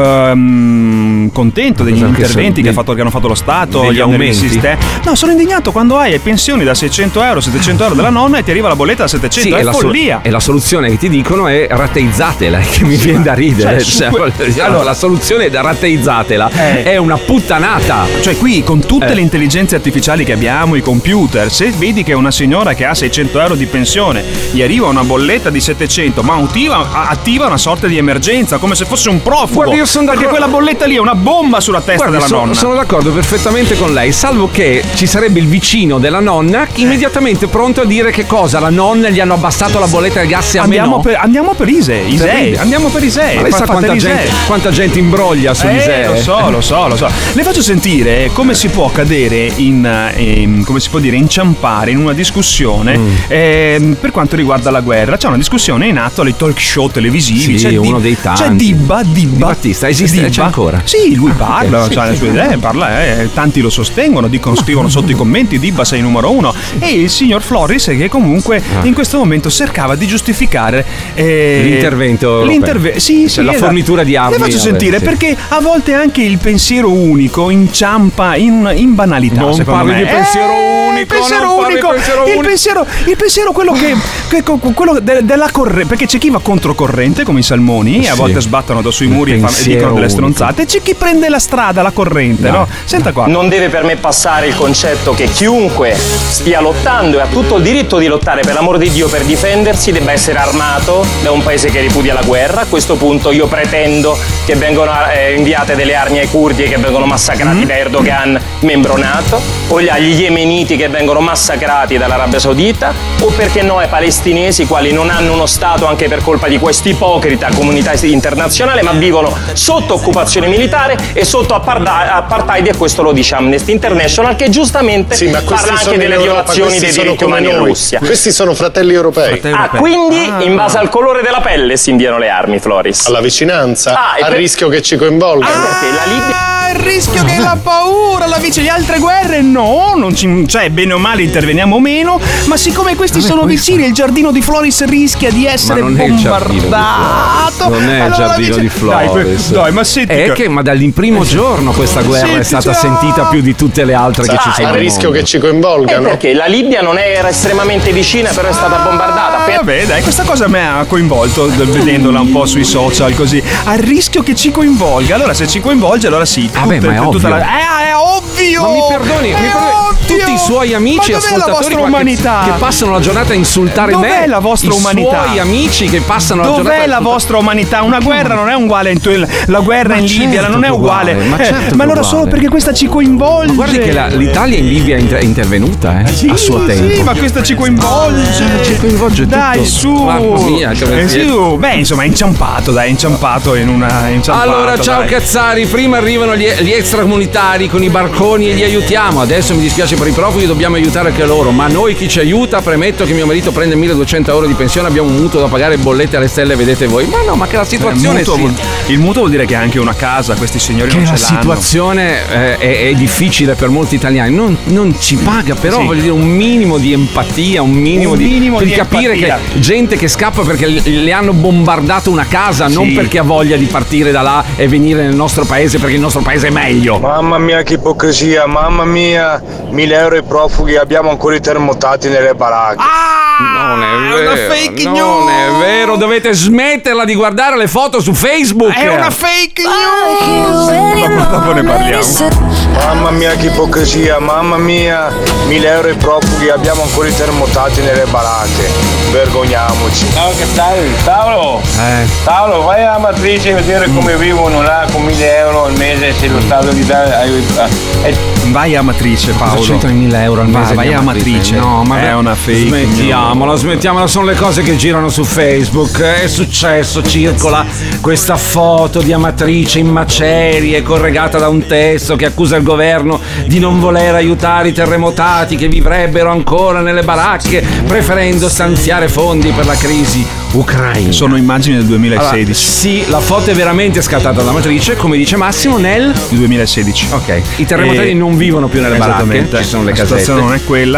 ehm, contento degli Cosa che interventi sono- che, ha fatto, che hanno fatto lo Stato, degli gli oneri di aumenti? sistema. No, sono indignato quando hai pensioni da seicento euro, settecento euro della nonna e ti arriva la bolletta da settecento, Sì, è e la, sol- follia. e la soluzione che ti dicono è rateizzatela, che mi viene da ridere. Cioè, su Cioè, que- voglio dire, allora- la soluzione è da rateizzatela. Eh. È una puttanata. Cioè qui con tutte Eh. le intelligenze artificiali che abbiamo, i computer, se vedi che una signora che ha seicento euro di pensione gli arriva una bolletta di settecento, ma attiva, attiva una sorta di emergenza come se fosse un profugo. Guarda, io sono perché d'accordo- quella bolletta lì è una bomba sulla testa Guarda, della so- nonna. sono d'accordo perfettamente con lei, salvo che ci sarebbe il vicino della nonna che immediatamente pronto a dire che cosa, la nonna gli hanno abbassato la bolletta del gas e a me Andiamo, no. per, andiamo per Isee, Isee, Isee. andiamo per Isee. Ma lei fa- sa fate quanta l'Isee. gente, quanta gente imbroglia su Eh, Isee? lo so, lo so, lo so. Le faccio sentire come si può cadere in, ehm, come si può dire, inciampare in una discussione Mm. ehm, per quanto riguarda la guerra. C'è una discussione in atto ai talk show televisivi. Sì, c'è uno Dib- dei tanti. C'è Dibba, Dibba. Di Battista, esiste, Dibba. c'è ancora? Sì, lui parla, Ok, sì, ha le sì, sue sì. idee, parla, eh, tanti lo sostengono, dicono, scrivono sotto i commenti, Dibba sei numero uno. E il signor Floris che comunque Ah. in questo momento cercava di giustificare eh, L'intervento europeo. L'intervento, sì, sì, Cioè, la esatto. fornitura di armi, Le faccio vabbè, sentire sì. perché a volte anche il pensiero unico inciampa in, in banalità. Non secondo parli me. di pensiero Eh, unico, il pensiero non parli di unico, pensiero il unico. pensiero, il pensiero quello che, che- co- quello de- della corrente, perché c'è chi va controcorrente come i salmoni, e a Sì. volte sbattono da sui Il muri e, fa- e pensiero dicono delle unico. stronzate, e c'è chi prende la strada, la corrente, no? Senta qua. Non deve per me passare il concetto che chiunque stia lottando e ha tutto il diritto di lottare per l'amor di Dio per difendersi debba essere armato da un paese che ripudia la guerra. A questo punto io pretendo che vengano eh, inviate delle armi ai curdi che vengono massacrati da Erdogan, membro NATO, o gli- agli yemeniti che vengono massacrati dall'Arabia Saudita, o perché no ai palestinesi, i quali non hanno uno Stato anche per colpa di questa ipocrita comunità internazionale, ma vivono sotto occupazione militare e sotto apparda- apartheid, e questo lo dice Amnesty International, che giustamente Sì, ma questi parla anche sono in delle Europa, violazioni questi dei sono diritti come umani in noi. Russia. Questi sono fratelli europei. Ah, quindi in base al colore della pelle si inviano le armi, Floris. Alla vicinanza, Ah, e al per- rischio che ci coinvolgano. Perché la Libia Ah, il rischio che la paura, la vice le altre guerre, no, non ci, cioè bene o male interveniamo meno, ma siccome questi sono vicini, il giardino di Floris rischia di essere non è il giardino di bombardato. Non è il Allora la giardino vice- di Flores. Dai, dai, ma senti È che- che ma dal primo giorno questa guerra è Senti, stata cioè- sentita più di tutte le altre che ci Sa, sono al al rischio mondo. che ci Eh, coinvolgano. perché la Libia non era estremamente vicina, però è stata bombardata. Per- Vabbè, dai, questa cosa mi ha coinvolto d- vedendola un po' sui social così. A rischio che ci coinvolga. Allora, se ci coinvolge, allora sì. Vabbè, tutte- ma è tutta ovvio. la- Eh, è ovvio! Ma mi perdoni, mi È perdoni, ovvio! tutti i suoi amici Ma dov'è la ascoltatori vostra qua che- umanità? che passano la giornata a insultare Dov'è me, la vostra i umanità? suoi amici che passano la giornata Dov'è a la insultare- vostra umanità? Una guerra non è uguale in tu- la guerra Ma in Libia, certo non è che è uguale. uguale, ma Eh, certo che ma è allora uguale. solo perché questa ci coinvolge. Ma guardi che la- l'Italia in Libia è inter- è intervenuta eh, Sì, a suo tempo. Sì, ma questa ci coinvolge. Ci coinvolge Dai, tutto. su. Mamma mia, come Eh, si è- su. Beh, insomma, è inciampato, dai, è inciampato in una è inciampato. Allora, ciao dai. Cazzari, prima arrivano gli, gli extracomunitari con i barconi e li aiutiamo. Adesso mi dispiace per i profughi, dobbiamo aiutare anche loro. Ma noi chi ci aiuta? Premetto che mio marito prende milleduecento euro di pensione, abbiamo un mutuo da pagare, bollette alle stelle, vedete voi. Ma no, ma che la situazione il mutuo, sì. vuol, il mutuo vuol dire che anche una casa, questi signori Che non la ce l'hanno. situazione eh, è, è difficile per molti italiani, non, non ci paga, però Sì. voglio dire un minimo di empatia, un minimo Un di, minimo per di capire empatia. che gente che scappa perché le le hanno bombardato una casa, non Sì. perché ha voglia di partire da là e venire nel nostro paese perché il nostro paese è meglio. Mamma mia che ipocrisia, mamma mia, mille euro ai profughi, abbiamo ancora i termomotati nelle baracche. Non è una vero, fake non news. è vero, dovete smetterla di guardare le foto su Facebook. È una fake news. Ma dopo ne parliamo. Mamma mia che ipocrisia, mamma mia, mille euro ai profughi, abbiamo ancora i termomotati nelle baracche. Vergogniamoci. Ciao, che tal? Paolo, Eh. Paolo, vai alla matrice a vedere come vivono là con mille euro al mese se lo Stato gli dà aiuto. Eh, Vai a matrice, Paolo. Cosa c'entrano i mille euro al Va- mese? vai di a matrice. No, ma È una fake Smettiamola, smettiamola, sono le cose che girano su Facebook. È successo, circola questa foto di Amatrice in macerie corregata da un testo che accusa il governo di non voler aiutare i terremotati che vivrebbero ancora nelle baracche, preferendo stanziare fondi per la crisi ucraina. Sono immagini del duemilasedici. Allora, sì, la foto è veramente scattata da Amatrice, come dice Massimo, nel duemilasedici. Ok, i terremotati E- non vivono più nelle baracche, Esattamente. ci sono le La casette. situazione non è quella.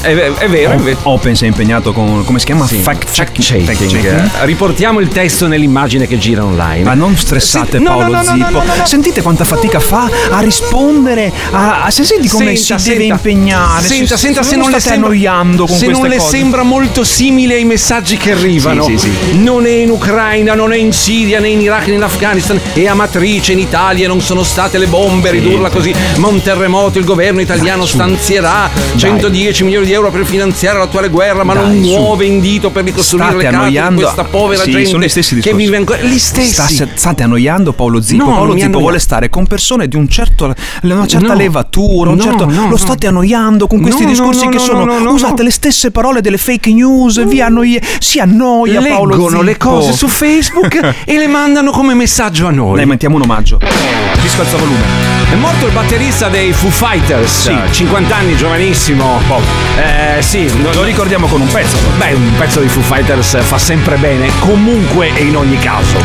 È, è vero, è vero. Open si è impegnato con, come si chiama? Sì, Fact fact checking. checking. Riportiamo il testo nell'immagine che gira online. Ma non stressate, Sì, no, Paolo no, no, no, Zippo. no, no, no. Sentite quanta fatica fa a rispondere a, a se senti come Senta, si deve senta. impegnare. Senta, senta, se non le state sembra annoiando con se queste non le cose. sembra molto simile ai messaggi che arrivano. Sì, sì, sì. Non è in Ucraina, non è in Siria, né in Iraq, né in Afghanistan, è a Matrice, in Italia non sono state le bombe a ridurla così, ma un terremoto, il governo italiano Dai, su. stanzierà centodieci milioni di euro per finanziare l'attuale guerra, ma Dai, non su. muove in dito per ricostruire State le case di annoiando. questa povera Sì, gente sono gli stessi che discorsi. vive ancora gli stessi. Sta- state annoiando Paolo Zippo. No, non Paolo mi Zippo annoia. vuole stare con persone di un certo, una certa No. levatura, un No, certo, no, lo no. state annoiando con questi No, no, discorsi no, che no, sono no, no, usate no. le stesse parole delle fake news, vi annoia, si annoia Paolo Zippo. Leggono le cose su Facebook e le mandano come messaggio a noi. Dai, mettiamo un omaggio. Disco alza volume. È morto il batterista dei Foo Fighters, Sì. cinquanta anni, giovanissimo. Eh, sì, no- Lo ricordiamo con un pezzo. Beh, un pezzo di Foo Fighters fa sempre bene, comunque e in ogni caso.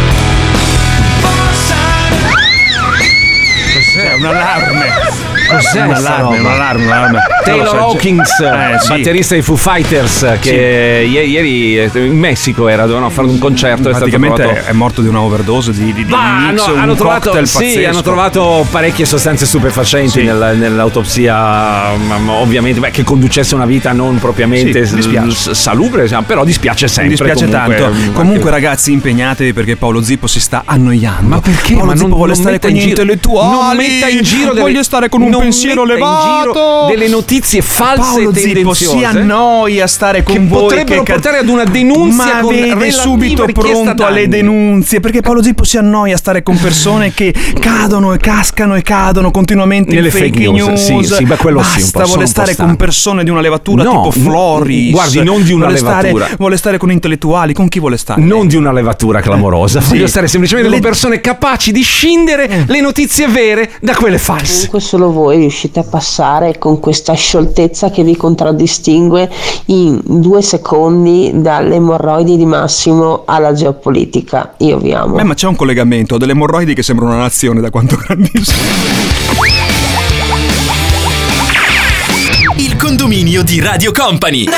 Cos'è? Un allarme. Cos'è un sta allarme, roba? un allarme, un allarme. Taylor Non lo so, Hawkins, eh, sì. batterista dei Foo Fighters, che i- ieri eh, in Messico era, dovevano fare un concerto. È stato Praticamente trovato... è morto di una overdose di, di, di Ma un mix, hanno, un hanno trovato, cocktail sì, pazzesco. hanno trovato parecchie sostanze stupefacenti Sì. nel- nell'autopsia, mm, ovviamente, beh, che conducesse una vita non propriamente Sì, dispiace. s- salubre, insomma, però dispiace Mi sempre. dispiace comunque, tanto. mm, Comunque, anche- ragazzi, impegnatevi perché Paolo Zippo si sta annoiando. Ma perché? Paolo Ma Zippo non- vuole non stare metta con in gli giro- intellettuali. non metta in giro delle- Voglio stare con un non pensiero metta in levato. giro delle notizie false Paolo e Zippo tendenziose si annoia a stare con che voi, potrebbero che- portare ad una denunzia ma con vede relativa subito richiesta pronto alle danni. denunzie, perché Paolo Zippo si annoia a stare con persone che cadono e cascano e cadono continuamente Nelle in fake, fake news. news. Sì, sì, beh, quello sì, un Basta, po', sono vuole un po' stare con stanco. persone di una levatura No, tipo n- Floris. guardi, non di una vuole stare- levatura. vuole stare con intellettuali, con chi vuole stare? Non di una levatura clamorosa, Sì. voglio stare semplicemente Le- con persone capaci di scindere le notizie vere da quelle false. Comunque solo voi riuscite a passare con questa scioltezza che vi contraddistingue in due secondi dalle emorroidi di Massimo alla geopolitica. Io vi amo. Beh, ma c'è un collegamento, ho delle emorroidi che sembra una nazione da quanto grandissimo. Il condominio di Radio Company.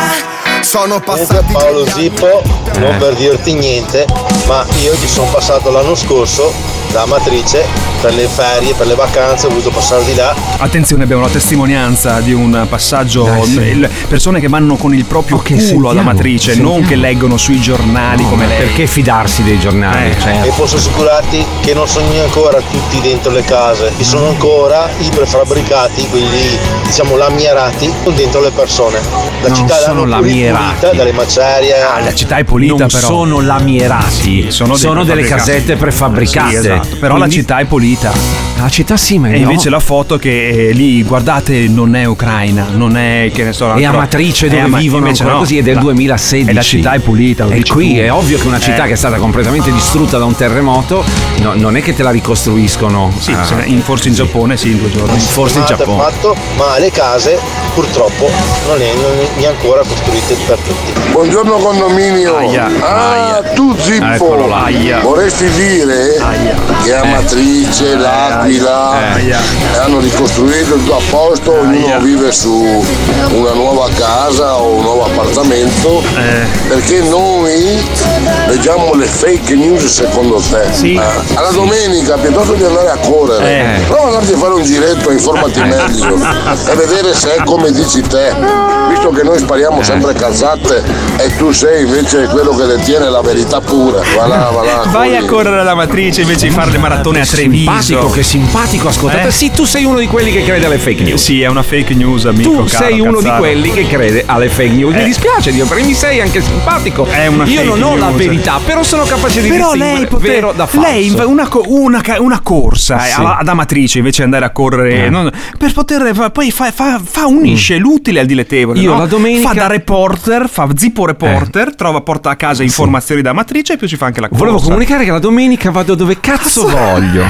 Sono passati Paolo Zippo, non per dirti niente, ma io ci sono passato l'anno scorso da Amatrice per le ferie, per le vacanze, ho voluto passare di là. Attenzione, abbiamo la testimonianza di un passaggio. Dai, sì. il- persone che vanno con il proprio Ok, culo sentiamo, ad Amatrice, sentiamo. non che leggono sui giornali No, come ma lei. perché fidarsi dei giornali? Eh, Cioè, E posso assicurarti che non sono ancora tutti dentro le case, ci sono ancora i prefabbricati, quelli diciamo lamierati, dentro le persone. La Non città sono l'hanno pulita lamierati. dalle macerie. Ah, la città è pulita, non però. sono lamierati, sono, sono, dei delle prefabbricati. casette prefabbricate. Sì, esatto. Però Quindi- la città è pulita. La città sì, ma E no. invece la foto che eh, lì, guardate, non è Ucraina, non è che ne so. È altro- Amatrice dove è Ama- vivono invece ancora no. così, è del La- duemilasedici. E la città è pulita. lo E dici qui tu. è ovvio che una città Eh. che è stata completamente distrutta da un terremoto, no- non è che te la ricostruiscono. Sì, ah, se ne- in- forse in Giappone, sì, in due giorni. forse in Fatto è Giappone. fatto, ma le case purtroppo non è, non è neanche ancora costruite per tutti. Buongiorno condominio. Aia, ah, aia. tu Zippo, Eccolo là. Aia. vorresti dire Aia. che Amatrice, l'Aquila Aia. hanno ricostruito tutto a posto, ognuno Aia. vive su una nuova casa o un nuovo appartamento, Eh. perché noi leggiamo le fake news secondo te. Sì. Eh, alla domenica, piuttosto di andare a correre, Eh. prova ad andarti a fare un giretto, informati meglio e vedere se è come dici te, visto che noi spariamo sempre cazzate e tu sei invece quello che detiene la verità pura. Va là, va là. Vai a corri. correre alla Matrice invece di fare le maratone a Treviso. Simpatico, che simpatico ascoltatore. Eh? Sì, tu sei uno di quelli che crede alle fake news. Sì, è una fake news, amico. Tu caro sei uno Cazzaro. di quelli che crede alle fake news. Mi Eh. dispiace, Dio, perché mi sei anche simpatico. È una Io fake non ho la news. verità, però sono capace di Però distinguere lei potrebbe, vero da falso. lei fa una, co- una, ca- una corsa eh, Sì. a- ad Amatrice invece di andare a correre Eh. non- per poter fa- poi fa, fa- fa unisce l'utile al dilettevole. Io no? la domenica- fa da reporter, fa Zippo reporter, trova porta a casa informazioni da Amatrice e più ci fa anche la corsa. Volevo comunicare che la domenica vado dove cazzo voglio.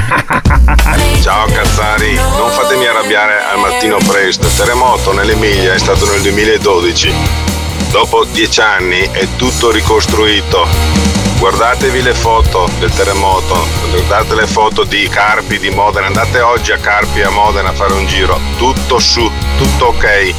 Ciao Cazzari, non fatemi arrabbiare al mattino presto. Il terremoto nell'Emilia è stato nel duemiladodici. Dopo dieci anni è tutto ricostruito. Guardatevi le foto del terremoto, guardate le foto di Carpi, di Modena, andate oggi a Carpi e a Modena a fare un giro. Tutto su, tutto ok.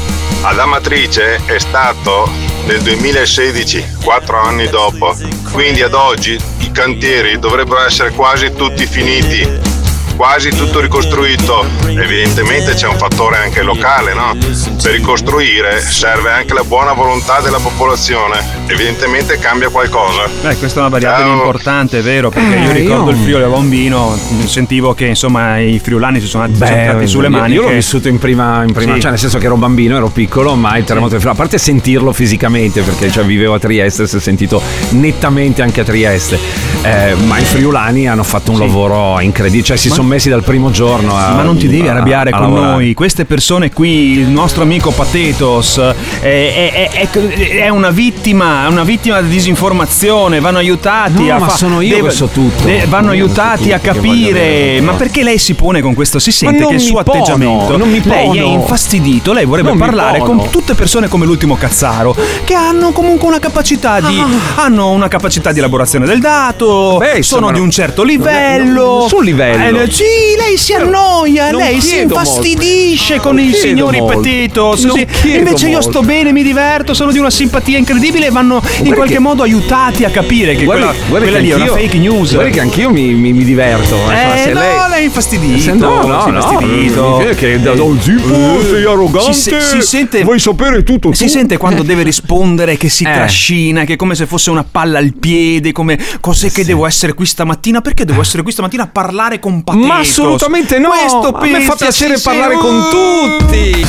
ad Amatrice è stato nel duemilasedici, quattro anni dopo, quindi ad oggi i cantieri dovrebbero essere quasi tutti finiti, quasi tutto ricostruito. Evidentemente c'è un fattore anche locale, no? Per ricostruire serve anche la buona volontà della popolazione, evidentemente cambia qualcosa. Beh, questa è una variabile Ciao. importante, è vero, perché Eh, io ricordo io- il Friuli da bambino, sentivo che insomma i friulani si sono, sono tirati sulle io- mani. Io l'ho vissuto in prima, in prima Sì. cioè nel senso che ero bambino, ero piccolo, ma il terremoto del Friuli, a parte sentirlo fisicamente, perché cioè, vivevo a Trieste, si è sentito nettamente anche a Trieste, eh, ma i friulani hanno fatto un lavoro incredibile, cioè si Ma- sono messi dal primo giorno a, Ma non ti devi a- arrabbiare a con lavorare. noi, queste persone qui, il nostro amico Patetos eh, è, è- è- è una vittima, è una vittima di disinformazione, vanno aiutati No, a ma fa- sono io deve- che so tutto. de- vanno Io so aiutati tutto a che voglio capire, avere. ma perché lei si pone con questo? Si sente non che il mi suo pono, atteggiamento, non mi lei è pono. infastidito, lei vorrebbe Non mi parlare pono. con tutte persone come l'ultimo Cazzaro, che hanno comunque una capacità di hanno una capacità di elaborazione del dato, Beh, sono insomma, di un certo livello. Nessun livello. Eh, sì, lei si annoia, non lei si chiedo infastidisce con Non i chiedo signori molto. Patetos. Non sì. chiedo Invece io molto. sto bene, mi diverto, sono di una simpatia incredibile e vanno in Guarda qualche che- modo aiutati a capire che Guarda- quella, guarda quella che lì è una anch'io- fake news. Guarda che anch'io mi, mi, mi diverto. Insomma, Eh, se no, lei... lei è infastidito. Se no, no, sei no, infastidito. mi- che da- da un zippo Eh, sei arrogante, si, se- si sente, vuoi sapere tutto si tu? sente quando deve rispondere che si Eh. trascina, che è come se fosse una palla al piede, come cos'è che devo essere qui stamattina, perché devo essere qui stamattina a parlare con Patetos? Ma assolutamente no. Questo A me fa pensa, piacere sì, parlare sì. con tutti.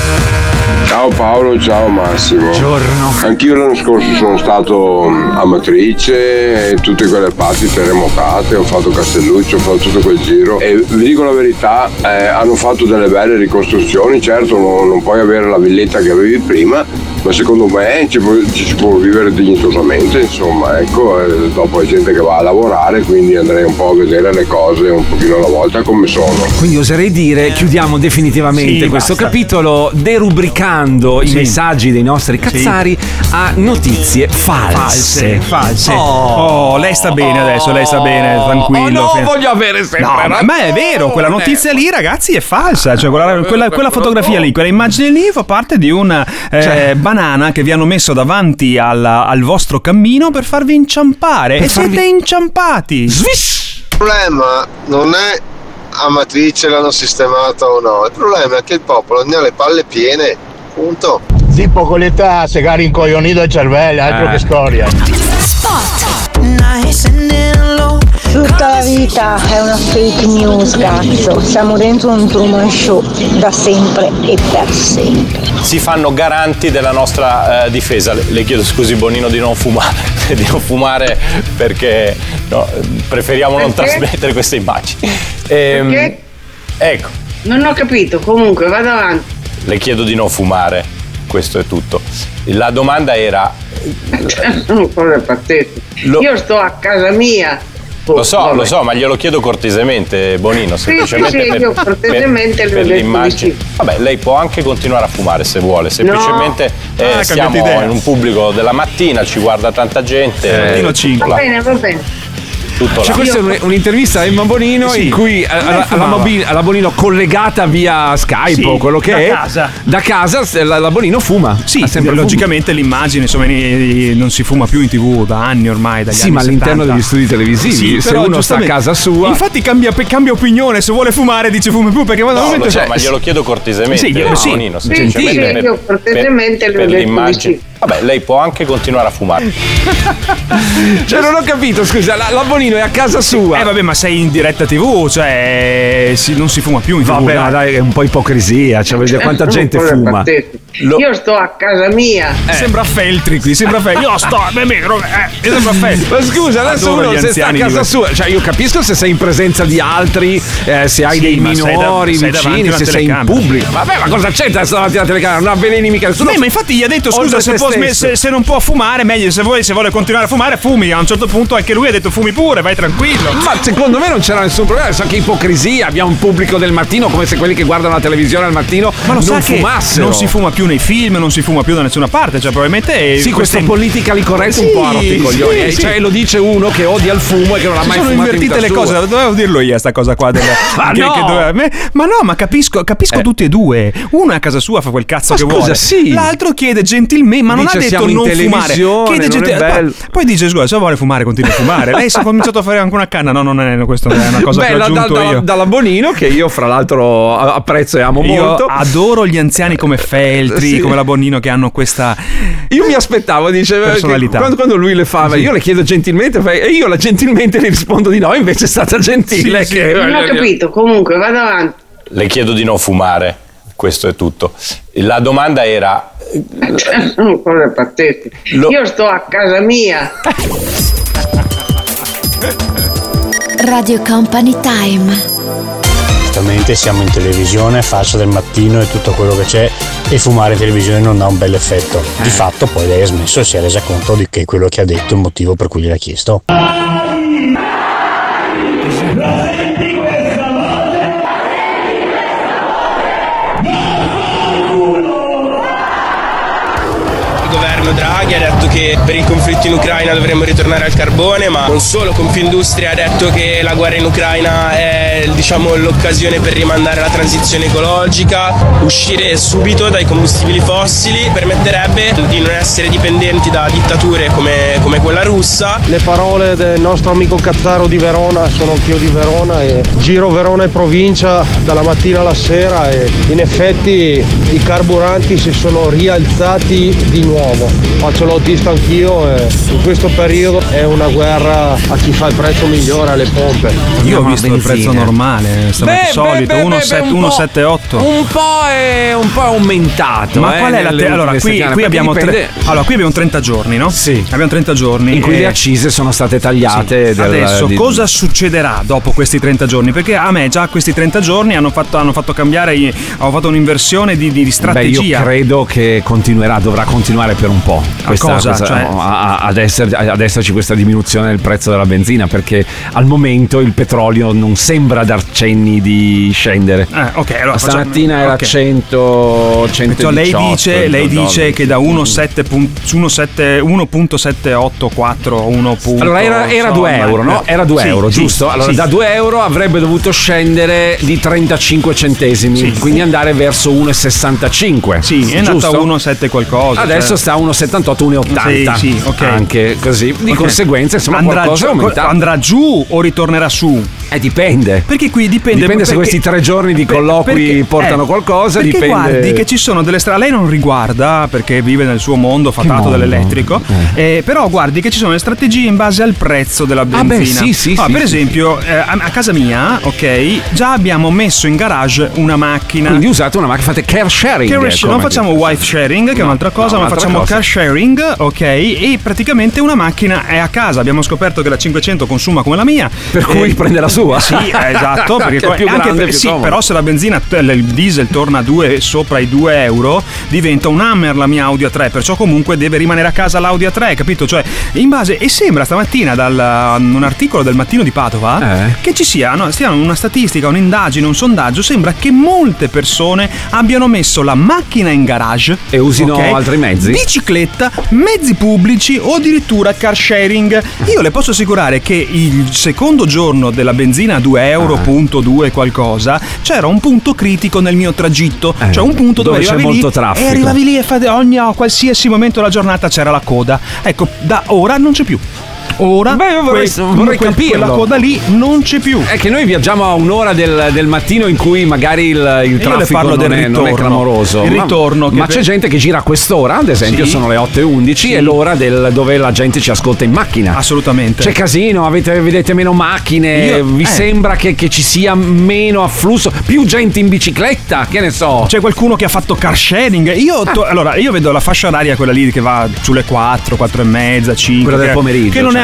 Ciao Paolo, ciao Massimo. Buongiorno. Anch'io l'anno scorso sono stato a Matrice, e tutte quelle parti terremotate, ho fatto Castelluccio, ho fatto tutto quel giro e vi dico la verità, eh, hanno fatto delle belle ricostruzioni, certo non, non puoi avere la villetta che avevi prima, ma secondo me ci, può- ci si può vivere dignitosamente, insomma, ecco, eh, dopo è gente che va a lavorare, quindi andrei un po' a vedere le cose un pochino alla volta come sono. Quindi oserei dire, chiudiamo definitivamente Sì, questo basta. capitolo derubricando i Sì. messaggi dei nostri cazzari a notizie false. False, false. Oh. Oh, lei sta bene adesso, lei sta bene, tranquillo. Oh, no, Fino- voglio avere sempre No, ma- ma è ragione. vero, quella notizia lì, ragazzi, è falsa. Cioè, quella, quella- quella fotografia lì, quella immagine lì fa parte di una eh, Cioè- banana che vi hanno messo davanti alla- al vostro cammino per farvi inciampare. Per e farvi- siete inciampati. Il problema non è Amatrice l'hanno sistemata o no, il problema è che il popolo ne ha le palle piene, punto. Zippo con l'età, segare incoglionito il cervello, altro Eh. che storia. Tutta la vita è una fake news, cazzo. Siamo dentro un Truman Show da sempre e per sempre. Si fanno garanti della nostra eh, difesa. Le, le chiedo scusi Bonino di non fumare, di non fumare perché no, preferiamo non Perché? trasmettere queste immagini. Ehm, Perché? Ecco, Non ho capito, comunque vado avanti. le chiedo di non fumare, questo è tutto. La domanda era, Sono cose pazzesche. Lo- Io sto a casa mia. lo so, Vabbè. lo so, ma glielo chiedo cortesemente Bonino, Sì, semplicemente sì, sì, per, io cortesemente per, le ho per detto l'immagine. di sì. Vabbè, lei può anche continuare a fumare se vuole, semplicemente No. eh, Ah, siamo cambiate idea. in un pubblico della mattina, ci guarda tanta gente. Eh, Mattino eh, cinque. Va bene, va bene. tutto Cioè, là. questa è un- un'intervista a Emma Bonino Sì. in cui eh, alla, alla, fumava. Mobi- alla Bonino collegata via Skype Sì, o quello che da è casa. da casa s- la, la Bonino fuma. Sì, Ha sempre logicamente l'immagine, insomma, ni- non si fuma più in tv da anni ormai, dagli Sì, anni ma all'interno settanta. degli studi televisivi, Sì, se però uno sta a giustamente- casa sua. Infatti cambia, cambia opinione, se vuole fumare dice fuma più perché No, veramente lo so, cioè, ma glielo chiedo cortesemente, Sì, io- sì. Bonino, Sì, semplicemente sì, per, io cortesemente per, le ho per detto di l'immagine. sì. Vabbè, lei può anche continuare a fumare. Cioè, non ho capito, scusa, la, la Bonino è a casa sua. Eh vabbè, ma sei in diretta tivù, cioè si- non si fuma più in tivù. Vabbè, ma dai, è un po' ipocrisia, cioè, voglio dire, quanta Sono gente cose fuma. pazzesche. Lo- Io sto a casa mia. Eh. Sembra Feltri qui, sembra Feltri. Io sto, beh, beh, eh, io sembra Feltri. Ma scusa, adesso Adoro uno gli se sta a anziani casa di- sua, cioè io capisco se sei in presenza di altri, eh, se hai Sì, dei ma sei da- minori sei davanti vicini, a una se sei in telecamera. pubblico. Vabbè, ma cosa c'entra adesso davanti alla telecamera? Non avveleni mica nessuno. Beh, ma infatti gli ha detto scusa Oltre se, te può sme- stesso. se, se non può fumare meglio, se vuole, se vuole continuare a fumare fumi. A un certo punto anche lui ha detto fumi pure, vai tranquillo. Ma secondo me non c'era nessun problema, so che ipocrisia, abbiamo un pubblico del mattino come se quelli che guardano la televisione al mattino Ma lo non sa che fumassero. non si fuma più nei film, non si fuma più da nessuna parte, cioè probabilmente sì, questo politically correct sì, un po' a rotti i coglioni, sì, sì. Cioè lo dice uno che odia il fumo e che non ha si mai sono fumato invertite in le vita cose, sua. dovevo dirlo io sta cosa qua delle, ma che, no che doveva, me, ma no ma capisco capisco eh. tutti e due, uno è a casa sua, fa quel cazzo ma che scusa, vuole, sì. l'altro chiede gentilmente, ma dice, non ha detto siamo non in fumare, chiede non gentil- è bello. poi dice scusa, se vuole fumare continua a fumare. Lei si è cominciato a fare anche una canna, no non è questo, è una cosa bella, che ho aggiunto da, da, io dalla Bonino, che io fra l'altro apprezzo e amo io molto. adoro gli anziani come Feltri, sì. come la Bonino, che hanno questa io mi aspettavo, dice personalità. Quando, quando lui le fa, sì. io le chiedo gentilmente e io la gentilmente le rispondo di no, invece è stata gentile. Sì, che... sì, non ho capito, comunque vado avanti. Le chiedo di non fumare, questo è tutto. La domanda era... Sono cose pazzesche. Lo... Io sto a casa mia. Radio Company Time. Giustamente siamo in televisione, faccia del mattino e tutto quello che c'è, e fumare in televisione non ha un bel effetto. Di fatto poi lei ha smesso e si è resa conto di che quello che ha detto è il motivo per cui gliel'ha chiesto. Draghi ha detto che per il conflitto in Ucraina dovremmo ritornare al carbone, ma non solo. Confindustria ha detto che la guerra in Ucraina è, diciamo, l'occasione per rimandare la transizione ecologica. Uscire subito dai combustibili fossili permetterebbe di non essere dipendenti da dittature come, come quella russa. Le parole del nostro amico Cazzaro di Verona, sono anch'io di Verona e giro Verona e provincia dalla mattina alla sera, e in effetti i carburanti si sono rialzati di nuovo. Faccio l'autista anch'io e in questo periodo è una guerra a chi fa il prezzo migliore alle pompe. Io ho visto il prezzo normale, beh, solito, beh, uno virgola settantotto. Un po' è un po' aumentato. Ma eh, qual è la te- allora qui, qui abbiamo tre, allora qui abbiamo trenta giorni, no? Sì. Abbiamo trenta giorni in cui e... le accise sono state tagliate. Sì. Del, Adesso di... cosa succederà dopo questi trenta giorni? Perché a me già questi trenta giorni hanno fatto, hanno fatto cambiare, hanno fatto un'inversione di, di strategia. Beh, io credo che continuerà, dovrà continuare per un po'. Questa, cosa? Questa, cioè... a, ad, esser, ad esserci questa diminuzione del prezzo della benzina, perché al momento il petrolio non sembra dar cenni di scendere. Eh, ok, allora stamattina facciamo... era okay. cento, centodiciotto. Lei dice, lei dice che da uno virgola settecentoottantaquattro uno. Allora era, era due euro, no? Era due sì, euro, sì, giusto? Allora sì. da due euro avrebbe dovuto scendere di trentacinque centesimi, sì. Quindi andare verso uno virgola sessantacinque. Sì, è andata a uno virgola sette qualcosa. Adesso cioè... sta a uno virgola settantotto, uno virgola ottanta. Sì, sì, ok. Anche così. Di okay. conseguenza, insomma, andrà qualcosa giù, è aumentato. Andrà giù o ritornerà su? Eh, dipende. Perché qui dipende. Dipende se perché, questi tre giorni di colloqui perché, portano eh, qualcosa. Perché dipende. guardi che ci sono delle strade. Lei non riguarda perché vive nel suo mondo fatato dell'elettrico. Eh. Eh, però guardi che ci sono le strategie in base al prezzo della benzina. Ah, beh, sì, sì, ah, sì, per sì, esempio, sì. Eh, a, a casa mia, ok, già abbiamo messo in garage una macchina. Quindi usate una macchina, fate car sharing. Car sh- non facciamo wife sharing, che è un'altra cosa, no, ma un'altra facciamo cosa. car sharing, ok? E praticamente una macchina è a casa. Abbiamo scoperto che la cinquecento consuma come la mia. Per cui eh, prende la sua. Sì, eh, esatto. Perché è più anche grande, per, più sì, comodo. però se la benzina, il diesel torna a due, sopra i due euro, diventa un Hammer la mia Audi A tre. Perciò comunque deve rimanere a casa l'Audi A tre, capito? Cioè, in base. E sembra stamattina dal um, un articolo del Mattino di Padova eh. che ci sia, no, sia una statistica, un'indagine, un sondaggio. Sembra che molte persone abbiano messo la macchina in garage e usino okay, altri mezzi, bicicletta, mezzi pubblici o addirittura car sharing. Io le posso assicurare che il secondo giorno della benzina a due euro, ah. punto due qualcosa, c'era un punto critico nel mio tragitto, eh. cioè un punto dove, dove arrivavi c'è molto lì traffico. e arrivavi lì e fate ogni a qualsiasi momento della giornata c'era la coda. Ecco, da ora non c'è più. Ora Beh, io vorrei, quel, vorrei quel, capirlo. Quella coda lì non c'è più. È che noi viaggiamo a un'ora del, del mattino in cui magari il, il traffico non, del è, ritorno, non è clamoroso. Il ritorno ma, ma c'è gente che gira a quest'ora, ad esempio, sì. sono le otto e undici, sì. è l'ora del, dove la gente ci ascolta in macchina. Assolutamente. C'è casino, avete, vedete meno macchine, Io, vi eh. sembra che, che ci sia meno afflusso, più gente in bicicletta, che ne so. C'è qualcuno che ha fatto car sharing. Io, to- ah. allora, io vedo la fascia oraria, quella lì che va sulle quattro, quattro e mezza, cinque. Quella del che, pomeriggio. Che non cioè. è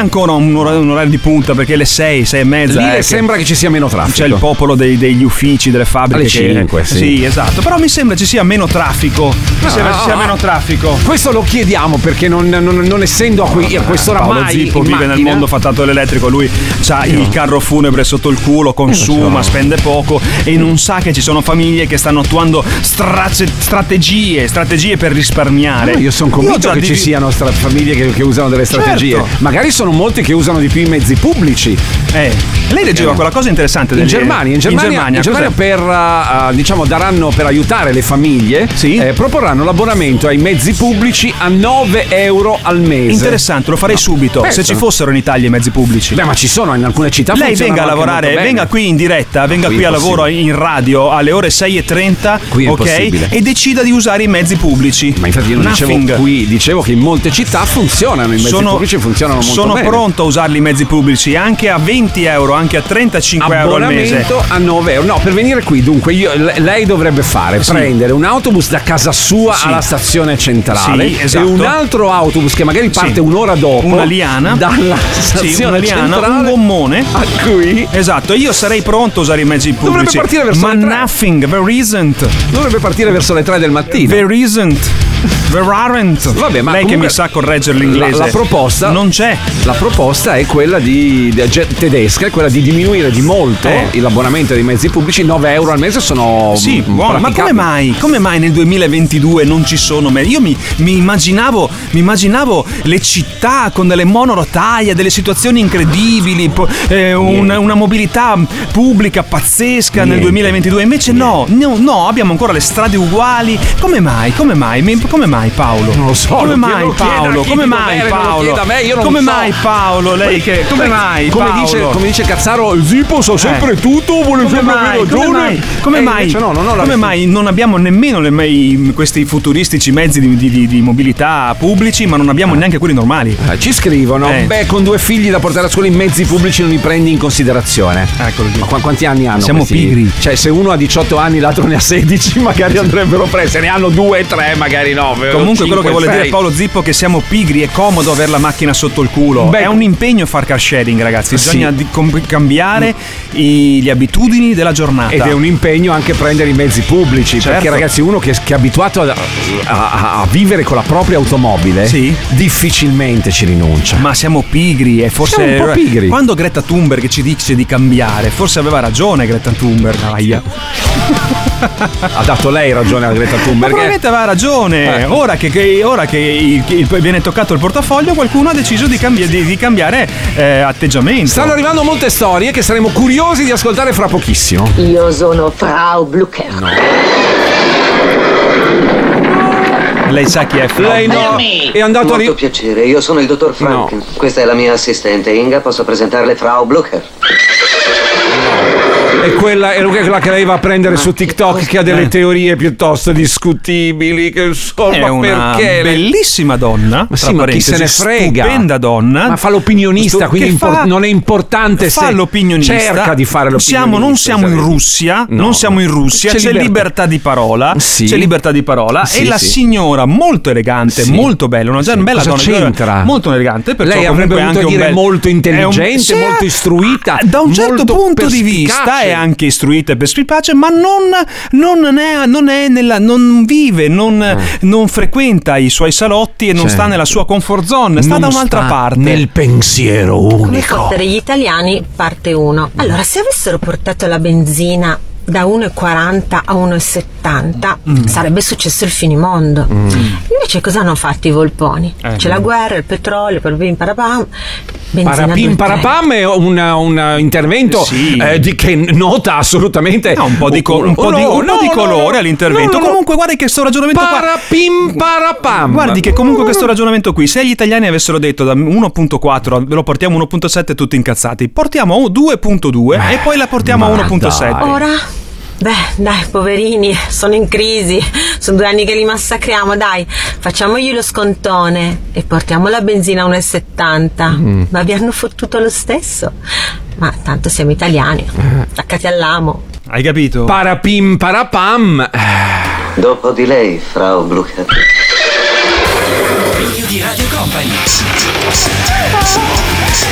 ancora un orario, un orario di punta, perché le sei, sei e mezza. Lì eh, le sembra che ci sia meno traffico. C'è il popolo dei, degli uffici, delle fabbriche. Alle cinque, che, sì. sì, esatto. Però mi sembra ci sia meno traffico. Mi sembra ci sia meno traffico. Questo lo chiediamo perché non, non, non essendo a, qui, a quest'ora Paolo mai Zippo in vive macchina. nel mondo fatato dell'elettrico, lui ha il carro funebre sotto il culo, consuma, spende poco e non sa che ci sono famiglie che stanno attuando strace, strategie, strategie per risparmiare. No, io sono convinto Io che già ci di- siano stra- famiglie che, che usano delle strategie. Certo. Magari sono molti che usano di più i mezzi pubblici. Eh, lei leggeva quella cosa interessante In delle- Germania, in Germania, in Germania, in Germania cos'è? per uh, diciamo daranno per aiutare le famiglie, Sì. eh, proporranno l'abbonamento ai mezzi pubblici a nove euro al mese. Interessante, lo farei No. subito. Pensa. Se ci fossero in Italia i mezzi pubblici. Beh, ma ci sono in alcune città. Lei funzionano venga a anche lavorare, molto bene. venga qui in diretta, venga qui qui è a lavoro in radio alle ore sei e trenta, Qui è ok? impossibile. E decida di usare i mezzi pubblici. Ma infatti io non Nothing. dicevo qui, dicevo che in molte città funzionano i mezzi Sono- pubblici, funzionano molto Sono bene. pronto a usarli i mezzi pubblici anche a venti euro, anche a trentacinque euro al mese. Abbonamento a nove euro. No, per venire qui, dunque, io, le- lei dovrebbe fare Sì. prendere un autobus da casa sua Sì. alla stazione centrale Sì, esatto. e un altro autobus che magari parte Sì. un'ora dopo. Una liana dalla Sì, stazione una liana, centrale un gommone a qui. Esatto, io sarei pronto a usare i mezzi Dovrebbe pubblici. partire verso ma le tre. nothing, there isn't. Dovrebbe partire verso le tre del mattino. There isn't. There aren't. Vabbè, ma lei che comunque mi sa correggere l'inglese. La, la proposta non c'è. La proposta è quella di, di tedesca, è quella di diminuire di molto Eh. l'abbonamento dei mezzi pubblici. nove euro al mese sono Sì, mm, buono. Ma come praticabili. mai? Come mai nel duemilaventidue non ci sono mezzi? Io mi, mi immaginavo mi immaginavo le città con delle monorotaie, delle situazioni incredibili, po- eh, un- una mobilità pubblica pazzesca nel Niente. duemilaventidue. Invece no, no, no, abbiamo ancora le strade uguali. Come mai? Come mai? Mi- Come mai Paolo? Non lo so. Come lo mai chiedo- lo chiedo a Paolo? chi Come di mai dovere, non lo Paolo? chiedo a me, io non Come so. mai Paolo? Lei che come mai Come Paolo? dice, come dice Cazzaro, Zippo sa sempre Eh. tutto, vuole Come sempre mai? avere Come ragione. mai? Come Eh, mai? invece no, non ho la- Come mai non abbiamo nemmeno le mai- questi futuristici mezzi di, di- di- di mobilità pubblici, ma non abbiamo neanche quelli normali? Eh, ci scrivono, Eh. beh, con due figli da portare a scuola i mezzi pubblici non li prendi in considerazione. Eccolo lì. Ma qu- quanti anni hanno? Siamo questi? pigri. Cioè, se uno ha diciotto anni, l'altro ne ha sedici, magari andrebbero presi. Se ne hanno due, tre, magari nove. Comunque cinque, quello che vuole sei. dire Paolo Zippo è che siamo pigri, è comodo avere la macchina sotto il culo. Beh, è un impegno far car sharing, ragazzi. Sì. Bisogna di- com- cambiare i- le abitudini della giornata. Ed è un impegno anche prendere i mezzi pubblici. Certo. Perché, ragazzi, uno che, che è abituato a, a- a vivere con la propria automobile, Sì. difficilmente ci rinuncia. Ma siamo pigri e forse Siamo un po' pigri. Quando Greta Thunberg ci dice di cambiare, forse aveva ragione Greta Thunberg. Aia. Ha dato lei ragione a Greta Ma Thunberg. probabilmente aveva ragione. Eh. Ora che, che- ora che il- il- viene toccato il portafoglio, qualcuno ha deciso di, cambi- di- di cambiare eh, atteggiamento. Stanno arrivando molte storie che saremo curiosi di ascoltare fra pochissimo. Io sono Frau Blucher. Lei sa chi è Frau? Lei no, è andato a Molto ri- piacere, io sono il dottor Frank. No. Questa è la mia assistente Inga, posso presentarle Frau Blucher. E quella è quella che lei va a prendere su TikTok, che ha delle Eh. teorie piuttosto discutibili. Che insomma, È una perché lei- bellissima donna. Ma sì, tra ma chi se ne parentesi, frega? Stupenda donna. Ma fa l'opinionista, Stu- quindi che impor- fa- non è importante fa se l'opinionista. cerca di fare l'opinionista. Siamo, non siamo in esatto. Russia, No, non siamo in no. Russia, c'è, C'è libertà. libertà. di parola, Sì. c'è libertà di parola Sì, e la sì. signora molto elegante, Sì. molto bella, una già Sì. bella Cosa donna, c'entra? molto elegante, perciò Lei avrebbe comunque voluto anche un dire bel- molto è un- intelligente, sì, molto istruita, da un certo molto punto di vista perspicace. è anche istruita e perspicace, ma non, non, è, non è nella, non vive, non, non frequenta i suoi salotti e non Cioè, sta nella sua comfort zone, sta non da un'altra sta parte. nel pensiero Come unico. fottere gli italiani, parte uno. Allora, se avessero portato la benzina da uno e quaranta a uno e settanta Mm. sarebbe successo il finimondo. Invece cosa hanno fatto i volponi? Eh. C'è la guerra, il petrolio, parapim parapam, benzina Parapim due e parapam è un, un intervento Sì. eh, di, che nota assolutamente No, un po' di, co- un po' di, no, un po' no, di no, colore no, all'intervento. no, no, no. Comunque, guardi che sto ragionamento qua. Parapim parapam. Guardi che comunque questo ragionamento qui, se gli italiani avessero detto da uno virgola quattro ve lo portiamo a uno virgola sette tutti incazzati, portiamo a due virgola due e poi la portiamo a ma uno virgola sette. dai. Ora? Beh, dai, poverini, sono in crisi, sono due anni che li massacriamo, dai, facciamogli lo scontone e portiamo la benzina a uno virgola settanta. Mm. Ma vi hanno fottuto lo stesso. Ma tanto siamo italiani, attaccati all'amo. Hai capito? Parapim parapam. Dopo di lei, Frau Blucher. Di Radio Company.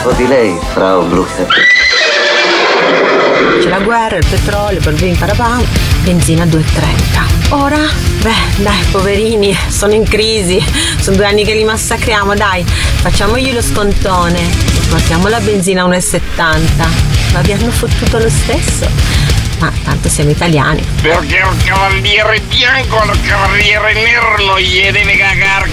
Dopo di lei, Frau Blucher. C'è la guerra, il petrolio, per vin parabam, benzina due e trenta. Ora? Beh, dai, poverini, sono in crisi. Sono due anni che li massacriamo, dai. Facciamogli lo scontone. Portiamo la benzina a uno e settanta. Ma vi hanno fottuto lo stesso. Ma tanto siamo italiani. Perché il cavaliere bianco al cavaliere nero non gli deve cagar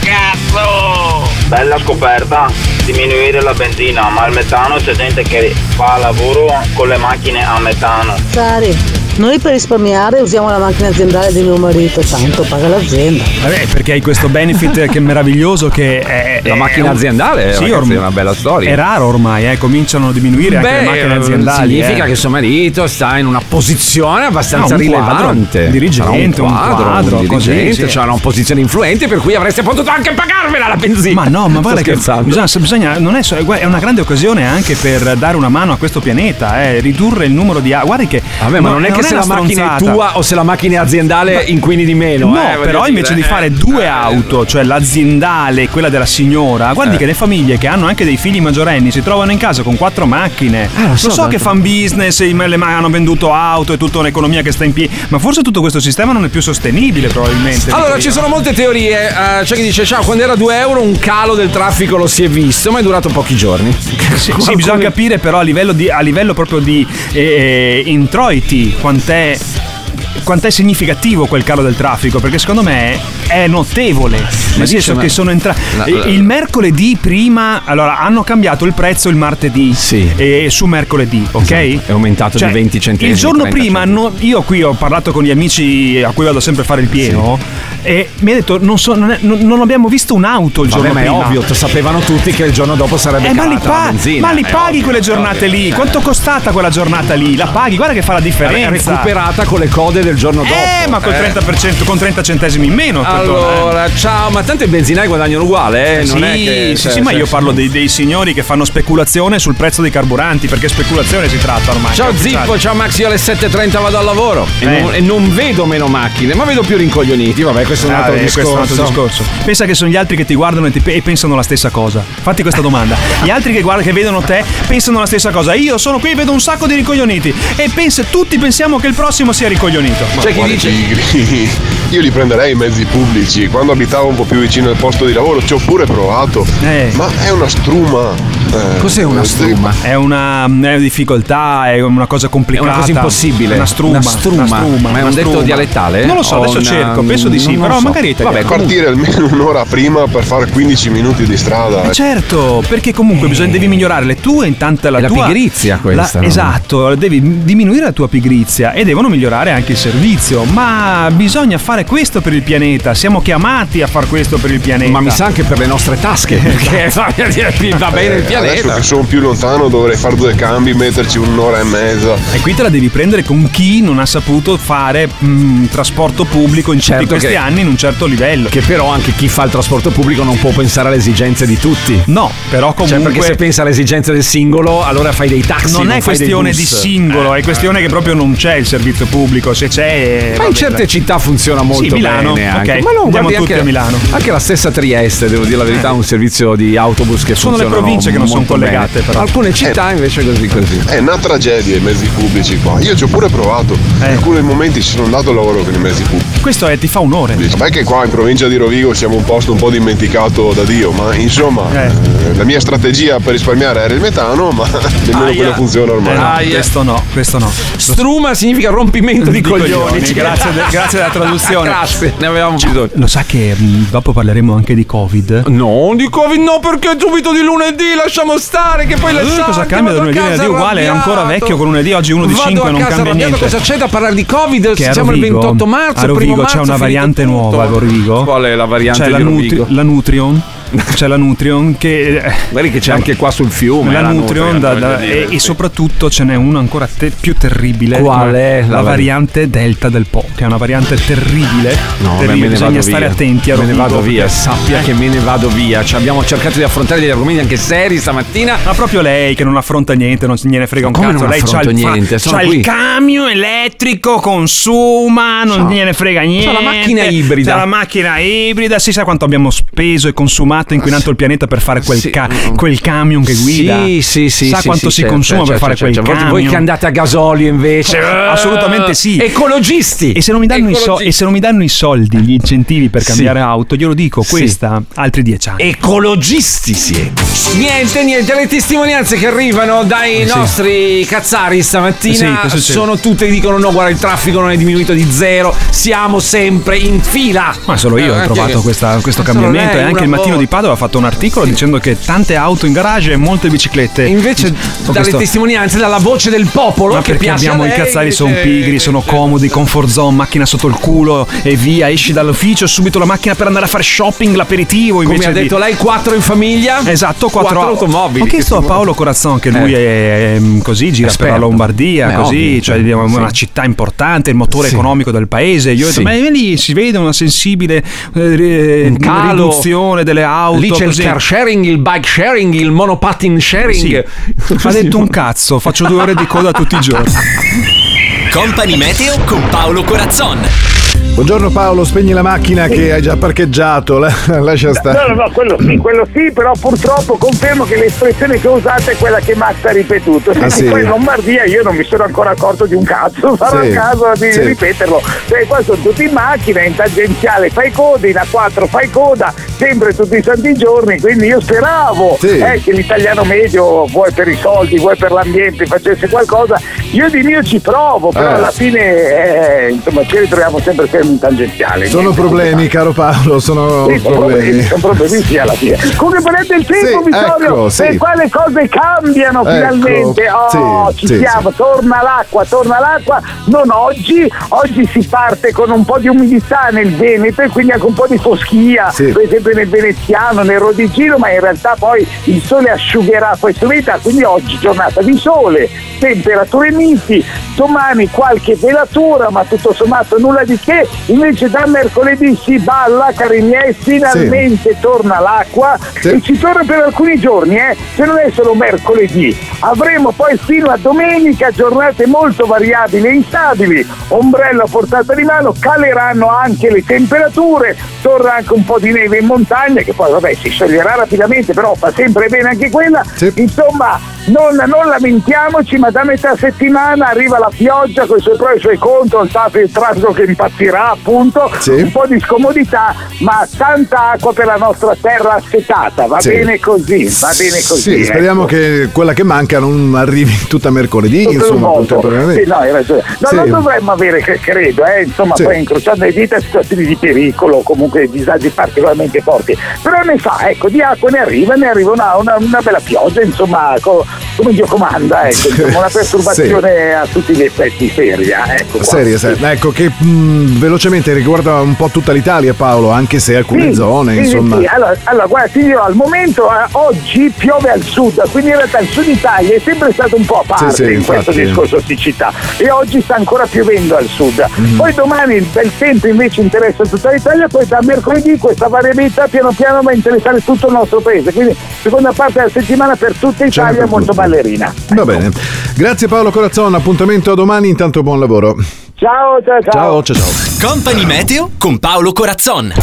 cazzo! Bella scoperta, diminuire la benzina, ma il metano c'è gente che fa lavoro con le macchine a metano. Cari, noi per risparmiare usiamo la macchina aziendale di mio marito, tanto paga l'azienda. Vabbè, perché hai questo benefit che è meraviglioso che è, La è macchina un- aziendale, sì, ragazzi, ormai- è una bella storia. È raro ormai, eh, cominciano a diminuire anche Beh, le macchine aziendali. significa eh. che suo marito sta in una posizione abbastanza No, un quadro, rilevante. un dirigente, Sarà un un quadro, quadro, un così, dirigente, sì. c'ha una posizione influente per cui avreste potuto anche pagarvela la benzina. Ma no, ma guarda Sto che scherzando. bisogna, bisogna- non è, so- è una grande occasione anche per dare una mano a questo pianeta, eh, ridurre il numero di a- guardi che Vabbè, ma non è che se la una macchina è stronzata. tua o se la macchina è aziendale inquini di meno. No, eh, voglio però dire, invece di eh. fare due auto, cioè l'aziendale e quella della signora, guardi Eh. che le famiglie che hanno anche dei figli maggiorenni si trovano in casa con quattro macchine. lo lo so, so, che tanto. fan business, i- le ma- hanno venduto auto e tutta un'economia che sta in piedi, ma forse tutto questo sistema non è più sostenibile probabilmente. Allora, dico ci io. sono molte teorie. Eh, c'è chi dice: ciao, quando era due euro un calo del traffico lo si è visto, ma è durato pochi giorni. Sì, sì, bisogna capire però a livello, di, a livello proprio di eh, introiti quant'è, quant'è significativo quel calo del traffico, perché secondo me è notevole, nel dice, senso ma- che sono entrati No, il mercoledì prima, allora hanno cambiato il prezzo il martedì e su mercoledì, ok? Esatto, è aumentato Cioè, di venti centesimi. il giorno trenta prima centesimi. no- io qui ho parlato con gli amici a cui vado sempre a fare il pieno e mi ha detto non, so- non, è- non- non abbiamo visto un'auto il Vabbè, giorno ma è prima. ovvio, t- sapevano tutti che il giorno dopo sarebbe Eh, ma li, calata la pa- benzina. ma li è paghi ovvio, quelle è giornate ovvio. lì? Eh. Quanto è costata quella giornata lì? La paghi? Guarda che fa la differenza. È recuperata con le code del giorno dopo. Eh, ma col Eh. trenta per cento, con trenta centesimi in meno. perdona, eh. Allora, ciao, ma tanto i benzinai guadagnano uguale, eh? Non sì, è che, sì, cioè, sì, ma cioè, io parlo dei, dei signori che fanno speculazione sul prezzo dei carburanti, perché speculazione si tratta ormai. Ciao è ufficiale. Zippo, ciao Maxi, io alle sette e trenta vado al lavoro e, Eh. non, e non vedo meno macchine, ma vedo più rincoglioniti. Vabbè, questo è un Ah, altro beh, discorso. questo è un altro discorso. Pensa che sono gli altri che ti guardano e, ti pe- e pensano la stessa cosa. Fatti questa domanda. Gli altri che guardano, che vedono te, pensano la stessa cosa. Io sono qui e vedo un sacco di rincoglioniti e pensa, tutti pensiamo che il prossimo sia rincoglionito. Ma quali pigri? Io li prenderei i mezzi pubblici. Quando abitavo un po' più vicino al posto di lavoro ci ho pure provato. Ma è una struma. Eh, Cos'è una struma? È una, è una difficoltà, è una cosa È complicata. una cosa impossibile. Una struma. Una struma. una struma, Ma è una un detto struma. dialettale? Non lo so, O adesso una- cerco, penso di sì, non lo però so. magari è italiano. Vabbè, partire almeno un'ora prima per fare quindici minuti di strada. Eh, Certo, perché comunque bisogna, devi migliorare le tue e tanta la È la tua pigrizia questa, la- no? Esatto, devi diminuire la tua pigrizia e devono migliorare anche il servizio, ma bisogna fare questo per il pianeta, siamo chiamati a fare questo per il pianeta. Ma mi sa anche per le nostre tasche, perché va bene il Eh, Adesso pianeta. che sono più lontano dovrei fare due cambi, metterci un'ora e mezza. E qui te la devi prendere con chi non ha saputo fare mh, trasporto pubblico in tutti Certo questi che- anni in un certo livello. Che però anche chi fa il trasporto pubblico non può pensare alle esigenze di tutti. No, però comunque Cioè, perché se pensa alle esigenze del singolo, allora fai dei taxi. non è fai dei questione bus. di singolo, Eh, è questione che proprio non c'è il servizio pubblico, se c'è Ma vabbè, in certe dai. città funziona molto Sì, Milano, bene anche. ok, Ma no, andiamo guardi, tutti anche, a Milano. Anche la stessa Trieste, devo dire la verità, ha un servizio di autobus che Sono le funziona province che non sono molto collegate, bene. però. Alcune città invece così così. È una tragedia i mezzi pubblici qua. Io ci ho pure provato. In alcuni momenti ci sono andato al lavoro con i mezzi pubblici. Questo è, ti fa onore. Vabbè che qua in provincia di Rovigo siamo un posto un po' dimenticato da Dio, ma insomma Eh. eh, la mia strategia per risparmiare era il metano, ma nemmeno Aia. quello funziona ormai. Eh no, Aia. questo no, questo no. Struma significa rompimento di, Di coglioni. coglioni, grazie de- grazie della traduzione. Grazie, ne avevamo bisogno. Lo sa che mh, dopo parleremo anche di Covid? No, di Covid no, perché subito di lunedì lasciamo stare che poi le Eh, sa. cosa cambia da lunedì a lunedì? Uguale, è ancora vecchio con lunedì, oggi uno di Vado cinque, a non casa cambia arrabbiato, niente. Cosa c'è da parlare di Covid? Che a Siamo il Rovigo- ventotto marzo, a Rovigo primo c'è marzo, una finito variante tutto. nuova a Rovigo. Qual è la variante C'è di la, Rovigo? Nutri- la Nutrion. C'è la Nutrion che Guardi che c'è anche qua sul fiume. la eh, Nutrion da- da- voglio dire, e, e sì. soprattutto ce n'è una ancora te- più terribile. Qual come è la la vari- variante Delta del Po, che è una variante terribile. No, beh, terribile. me ne Bisogna vado stare via. attenti a Me ne Rovigo, vado via, perché- sappia Eh. che me ne vado via. Ci abbiamo cercato di affrontare degli argomenti anche seri stamattina. Ma proprio lei che non affronta niente, non gliene frega un Come cazzo. non Lei c'ha affronto il, fa- niente? Sono c'ha qui. il camion elettrico, consuma, non C'ho- gliene frega niente. c'ho la macchina ibrida. C'ha la macchina ibrida, si sa quanto abbiamo speso e consumato quanto ha inquinato il pianeta per fare quel, Sì. ca- quel camion che guida. Sì, sì, sì. Sa sì, quanto sì, si certo, consuma certo, per fare certo, quel certo. camion. Voi che andate a gasolio invece. Assolutamente sì. Ecologisti. E se non mi danno, i, so- e se non mi danno i soldi, gli incentivi per cambiare Sì. auto, glielo dico, Sì. questa altri dieci anni. Ecologisti siete. Niente, niente, le testimonianze che arrivano dai Sì. nostri cazzari Sì, stamattina cosa succede? sono tutte che dicono no, guarda, il traffico non è diminuito di zero, siamo sempre in fila. Ma solo io Eh, ho anche trovato che- questa- questo Solo cambiamento, lei, e anche una il Mattino volta. di Padova ha fatto un articolo dicendo che tante auto in garage e molte biciclette. E invece Ho dalle questo- testimonianze, dalla voce del popolo Ma che perché piace abbiamo a i lei, cazzari, sono invece- pigri, sono comodi, comfort zone, macchina sotto il culo e via, esci dall'ufficio, subito la macchina per andare a fare shopping, l'aperitivo. Come Invece ha detto di... lei, quattro in famiglia. Esatto, quattro, Quattro automobili. Ho chiesto a Paolo Corazzon, che lui Eh. è, è così, gira Esperto. per la Lombardia, Beh, così, ovvio, cioè sì. è una città importante, il motore Sì. economico del paese. Io ho detto, Sì. ma lì si vede una sensibile eh, ri- Un calo. riduzione delle auto. Lì c'è così. il car sharing, il bike sharing, il monopattino sharing. Sì. Ha detto un cazzo, faccio due ore di coda tutti i giorni. Company Meteo con Paolo Corazzon. Buongiorno Paolo, spegni la macchina che hai già parcheggiato, la- lascia stare. No, no, no, quello sì, quello sì, però purtroppo confermo che l'espressione che ho usato è quella che Max ha ripetuto. Ah, Senti, sì? poi in Lombardia io non mi sono ancora accorto di un cazzo, farò Sì, il caso di sì. ripeterlo. Cioè, qua sono tutti in macchina, in tangenziale fai coda, in A quattro fai coda, sempre tutti i santi giorni, quindi io speravo Sì. eh, che l'italiano medio, vuoi per i soldi, vuoi per l'ambiente, facesse qualcosa. Io di mio ci provo, però Eh. alla fine eh, insomma ci ritroviamo sempre fermi in tangenziale. Sono Niente, problemi, caro Paolo, sono sì, sono problemi, problemi. sono problemi sì alla fine. Come prende il tempo, Sì, Vittorio, ecco, sì. e qua le cose cambiano Ecco, finalmente. Oh, sì, ci sì, siamo, torna l'acqua, torna l'acqua, non oggi, oggi si parte con un po' di umidità nel Veneto e quindi anche un po' di foschia, Sì. per esempio nel Veneziano, nel Rodigino, ma in realtà poi il sole asciugherà questa umidità, quindi oggi giornata di sole, temperature miti, domani qualche velatura, ma tutto sommato nulla di che, invece da mercoledì si balla, cari miei, finalmente torna l'acqua Sì. e ci torna per alcuni giorni, eh, se non è solo mercoledì, avremo poi fino a domenica giornate molto variabili e instabili, ombrello a portata di mano, caleranno anche le temperature, torna anche un po' di neve in montagna che poi vabbè si scioglierà rapidamente, però fa sempre bene anche quella, insomma non, non lamentiamoci, ma da metà settimana arriva la pioggia con i suoi pro e i suoi contro, il traffico, il traffico che impazzirà appunto, Sì. un po' di scomodità, ma tanta acqua per la nostra terra assetata, va Sì. bene così, va bene così. Sì, speriamo ecco. che quella che manca non arrivi tutta mercoledì, Tutto insomma, il mondo. contemporaneamente. Sì, no, hai ragione. No, Sì. non dovremmo avere, che credo, eh, insomma, Sì. poi incrociando le dita situazioni di pericolo, comunque disagi particolarmente forti. Però ne fa, ecco, di acqua ne arriva, ne arriva una, una, una bella pioggia, insomma, co- come Dio comanda, ecco, insomma, una perturbazione a tutti gli effetti seria, ecco qua. Seria, Sì. seria. Ecco che mh, velocemente riguarda un po' tutta l'Italia, Paolo, anche se alcune Sì, zone, sì, insomma. sì. Allora, allora, guarda, ti dirò, al momento eh, oggi piove al sud, quindi in realtà il sud Italia è sempre stato un po' a parte Sì, sì, in questo infatti. discorso siccità e oggi sta ancora piovendo al sud. Mm. Poi domani il bel tempo invece interessa tutta l'Italia, poi da mercoledì questa variabilità piano piano va a interessare tutto il nostro paese, quindi seconda parte della settimana per tutta Italia per molto tutti. ballerina. Va bene. Grazie Paolo Corazzon, appuntamento a domani, intanto buon lavoro. Ciao, ciao, ciao. Ciao, ciao, ciao. Company Meteo con Paolo Corazzon.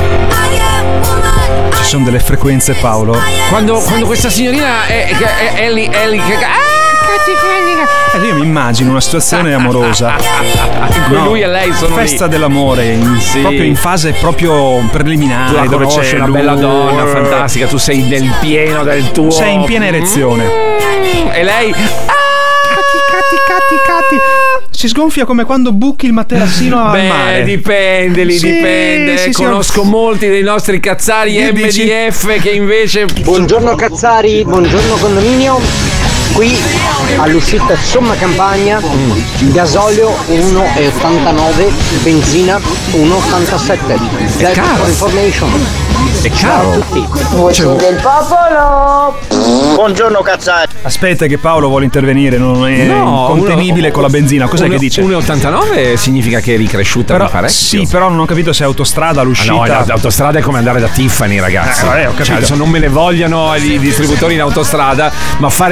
Ci sono delle frequenze, Paolo. Quando, quando questa signorina è, è, è, è lì, è lì che. Eh, io mi immagino una situazione amorosa. In cui lui e lei sono festa lì. dell'amore, in- Sì. proprio in fase proprio Tu preliminare, la dove conosci, c'è una lui. bella donna, fantastica, tu sei nel pieno del tuo. Sei in piena erezione. E lei. Catti, catti, catti, catti. Si sgonfia come quando buchi il materassino al Beh, mare. dipende, lì Sì, dipende. sì, sì, Conosco molti dei nostri cazzari Io M D F che invece. Buongiorno cazzari, buongiorno condominio. Qui all'uscita Somma Campagna, gasolio uno virgola ottantanove, benzina uno virgola ottantasette. That's caro. for information. È Ciao a caro. tutti. Voce del popolo. Buongiorno cazzari. Aspetta che Paolo vuole intervenire, non è No, contenibile uno- con la benzina. Cos'è uno- che dice? uno virgola ottantanove significa che è ricresciuta Però, di parecchio. sì, però non ho capito se è autostrada Ah, l'uscita. no, la- l'autostrada è come andare da Tiffany, ragazzi. Eh, vabbè, ho capito. Cioè, adesso non me ne vogliono i distributori in autostrada, ma fare benzina in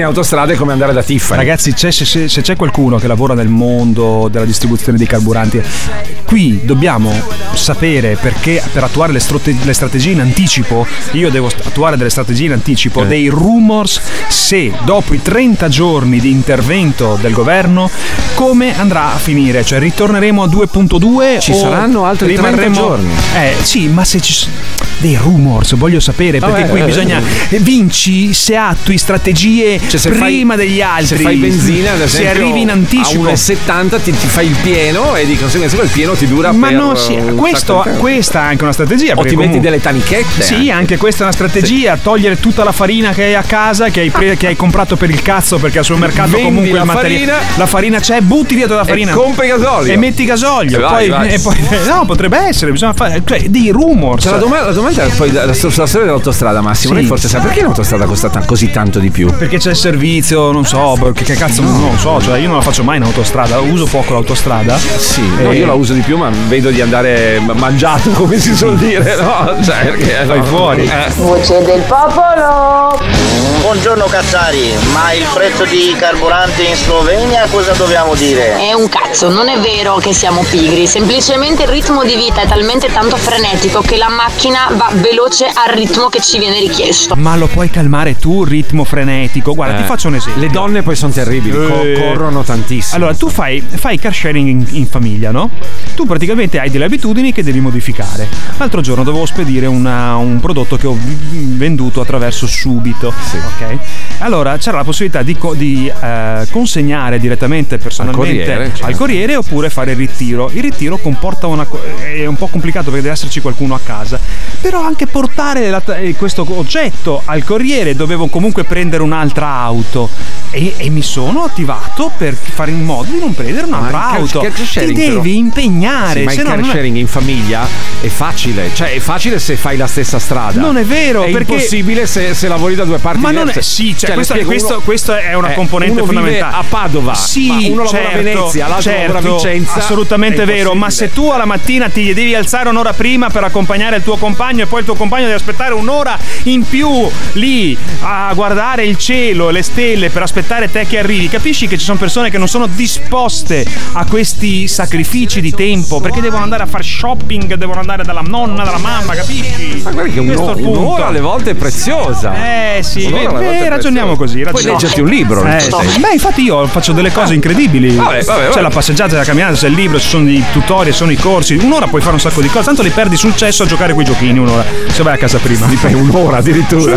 autostrada è come andare da Tiffany. Ragazzi, c'è, se, se c'è qualcuno che lavora nel mondo della distribuzione dei carburanti, qui dobbiamo sapere perché per attuare le, strate- le strategie in anticipo, io devo attuare delle strategie in anticipo, eh. dei rumors, se dopo i trenta giorni di intervento del governo come andrà a finire, cioè ritorneremo a due punto due ci o saranno altri rimarremo... trenta giorni. Eh sì, ma se ci sono dei rumors, voglio sapere, perché Vabbè, qui eh, bisogna eh. vinci se attui strategie cioè, se prima fai, degli altri, se fai benzina ad esempio, se arrivi in anticipo a uno e settanta ti, ti fai il pieno e di conseguenza quel pieno ti dura ma per no, sì, questo, questa è anche una strategia, o ti comunque, metti delle tanichette sì, anche, anche questa è una strategia, sì. Togliere tutta la farina che hai a casa, che hai, pre- che hai comprato per il cazzo, perché al supermercato vendi comunque la il materiale, farina, la farina c'è, butti via tutta la farina e compri gasolio e metti gasolio, e vai, poi, vai. E poi no, potrebbe essere, bisogna fare, cioè, dei rumors. Cioè, la, domanda, la domanda è poi la, la storia dell'autostrada, Massimo, sì. lei forse sa perché l'autostrada costa t- così tanto di più? Perché c'è il servizio, non so, perché che cazzo, no. non lo so, cioè io non la faccio mai in autostrada, uso poco l'autostrada. Sì, e... no, io la uso di più, ma vedo di andare mangiato, come si suol dire, no? Cioè, perché vai no, fuori. Eh. Voce del popolo. Buongiorno Cazzari, ma il prezzo di carburante in Slovenia cosa dobbiamo dire? È un cazzo, non è vero che siamo pigri, semplicemente il ritmo di vita è talmente tanto frenetico che la macchina va veloce al ritmo che ci viene richiesto. Ma lo puoi calmare tu, il ritmo frenetico? Guarda, Eh. ti faccio un esempio. Le donne poi sono terribili, co- Eh. corrono tantissimo. Allora, tu fai, fai car sharing in, in famiglia, no? Tu praticamente hai delle abitudini che devi modificare. L'altro giorno dovevo spedire una, un prodotto che ho venduto attraverso Subito. Sì. Ok? Allora c'era la possibilità di, co- di eh, consegnare direttamente personalmente Al corriere, certo. al corriere oppure fare il ritiro. Il ritiro comporta una co- è un po' complicato perché deve esserci qualcuno a casa. Però anche portare la, eh, questo oggetto al corriere dovevo comunque prendere un'altra auto. E, e mi sono attivato per fare in modo di non prendere un'altra Ma il auto. car- car sharing, Ti devi però- impegnare. Sì, ma se il no car non è- sharing in famiglia è facile, cioè è facile se fai la stessa strada. Non è vero, è perché- impossibile se, se lavori da due parti Ma non è, diverse. sì, cioè, Cioè, questo, le spiego, questo, uno- questo è una eh, componente uno vive fondamentale. a Padova, sì, ma uno lavora certo, a Venezia, l'altro certo, lavora a Vicenza. assolutamente è vero. Ma se impossibile. tu alla mattina ti devi alzare un'ora prima per accompagnare il tuo compagno e poi il tuo compagno deve aspettare un'ora in più lì a guardare il cielo, le stelle per aspettare te che arrivi, capisci che ci sono persone che non sono disposte a questi sacrifici di tempo perché devono andare a fare shopping, devono andare dalla nonna, dalla mamma, capisci? Ma guarda che Questo è uno, il punto. un'ora alle volte è preziosa. Eh sì, Un'ora beh, alle volte beh, è ragioniamo preziosa. così. Puoi ragioniamo. leggerti un libro. Eh, nel sì. frattempo. Beh, infatti io faccio delle cose incredibili. Vabbè, vabbè, c'è vabbè. la passeggiata, c'è la camminata, c'è il libro, ci sono i tutorial, ci sono i corsi. Un'ora puoi fare un sacco di cose, tanto li perdi sul cesso a giocare quei giochini un'ora. Se vai a casa prima. Ti fai un'ora addirittura.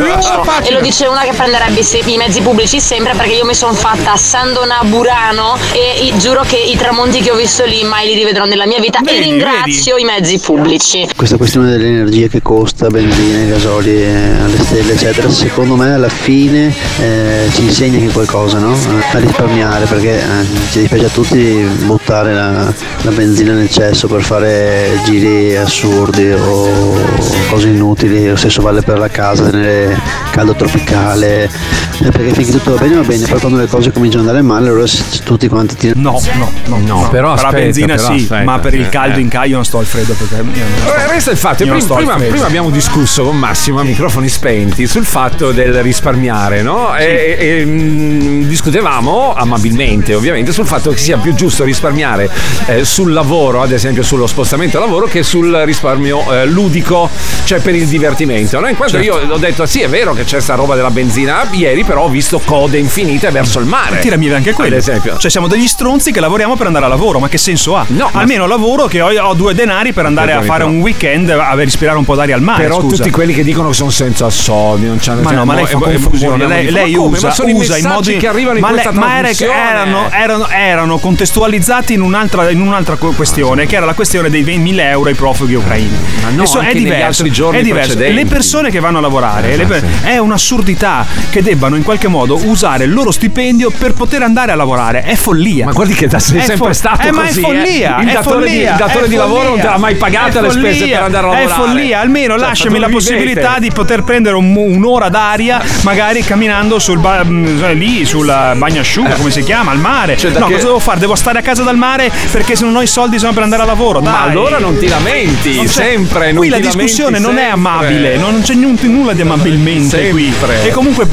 E lo dice una che prenderebbe i se- i mezzi pubblici sempre, perché io mi sono fatta Sandona Burano e i- giuro che i tramonti che ho visto lì mai li rivedrò nella mia vita. Vedi, e ringrazio i mezzi pubblici. Questa questione dell'energia che costa, benzina, gasoli eh, alle stelle eccetera, secondo me alla fine eh, ci insegna anche qualcosa, no? A risparmiare, perché eh, ci dispiace a tutti buttare la, la benzina nel cesso per fare giri assurdi o cose inutili. Lo stesso vale per la casa, tenere caldo tropicale, eh, perché finché tutto va bene va bene, poi quando le cose cominciano ad andare male allora s- tutti quanti tirano. No, no, no, No, però per la aspetta, benzina però sì, aspetta, ma per il eh, caldo eh. in ca io non sto al freddo perché io non sto- Eh, Resta il fatto, io non prima, sto al prima, freddo. prima abbiamo discusso con Massimo a microfoni spenti sul fatto del risparmiare, no? E, e, mh, discutevamo amabilmente, ovviamente, sul fatto che sia più giusto risparmiare eh, sul lavoro, ad esempio sullo spostamento a lavoro, che sul risparmio eh, ludico, cioè per il divertimento, no? In quanto Certo. io ho detto sì, è vero che c'è sta roba della benzina, ieri però ho visto code infinite verso il mare. Tirami via anche quello. Ad esempio. Cioè siamo degli stronzi che lavoriamo per andare a lavoro, ma che senso ha? No, ma- Almeno lavoro che ho, ho due denari per andare a Perdoni, fare però. un weekend a respirare un po' d'aria al mare. Però scusa. tutti quelli che dicono che sono senza soldi, non c'hanno. Ma no, ma lei fa confusione. Lei, lei usa, ma sono i usa in messaggi modi che arrivano in ma, questa le- ma era- trasmissione. erano, erano, erano contestualizzati in un'altra, in un'altra que- questione, che era la questione dei ventimila euro ai profughi ucraini. Ma no, E so- anche è negli diverso. altri giorni È diverso. precedenti. Le persone che vanno a lavorare, le per- sì. è un'assurdità che debbano in qualche modo usare il loro stipendio per poter andare a lavorare. È follia. Ma guardi che da sei È sempre fo- stato eh, ma così, è follia. eh. Il è datore di- follia, il datore è di lavoro non follia. te l'ha mai pagata È le spese follia, per andare a lavorare. È follia, almeno Cioè, lasciami la dove possibilità vivete? di poter prendere un- un'ora d'aria, magari camminando sul ba- mh, lì sul bagnasciuga, come si chiama, al mare. Cioè, da no, che- cosa devo fare? Devo stare a casa dal mare perché se non ho i soldi sono per andare a lavoro. Ma Dai. allora non ti lamenti, Non c'è- sempre, non Qui ti la lamenti discussione non è sempre. amabile, non c'è nu- nulla di amabilmente Sempre. qui. E comunque basta,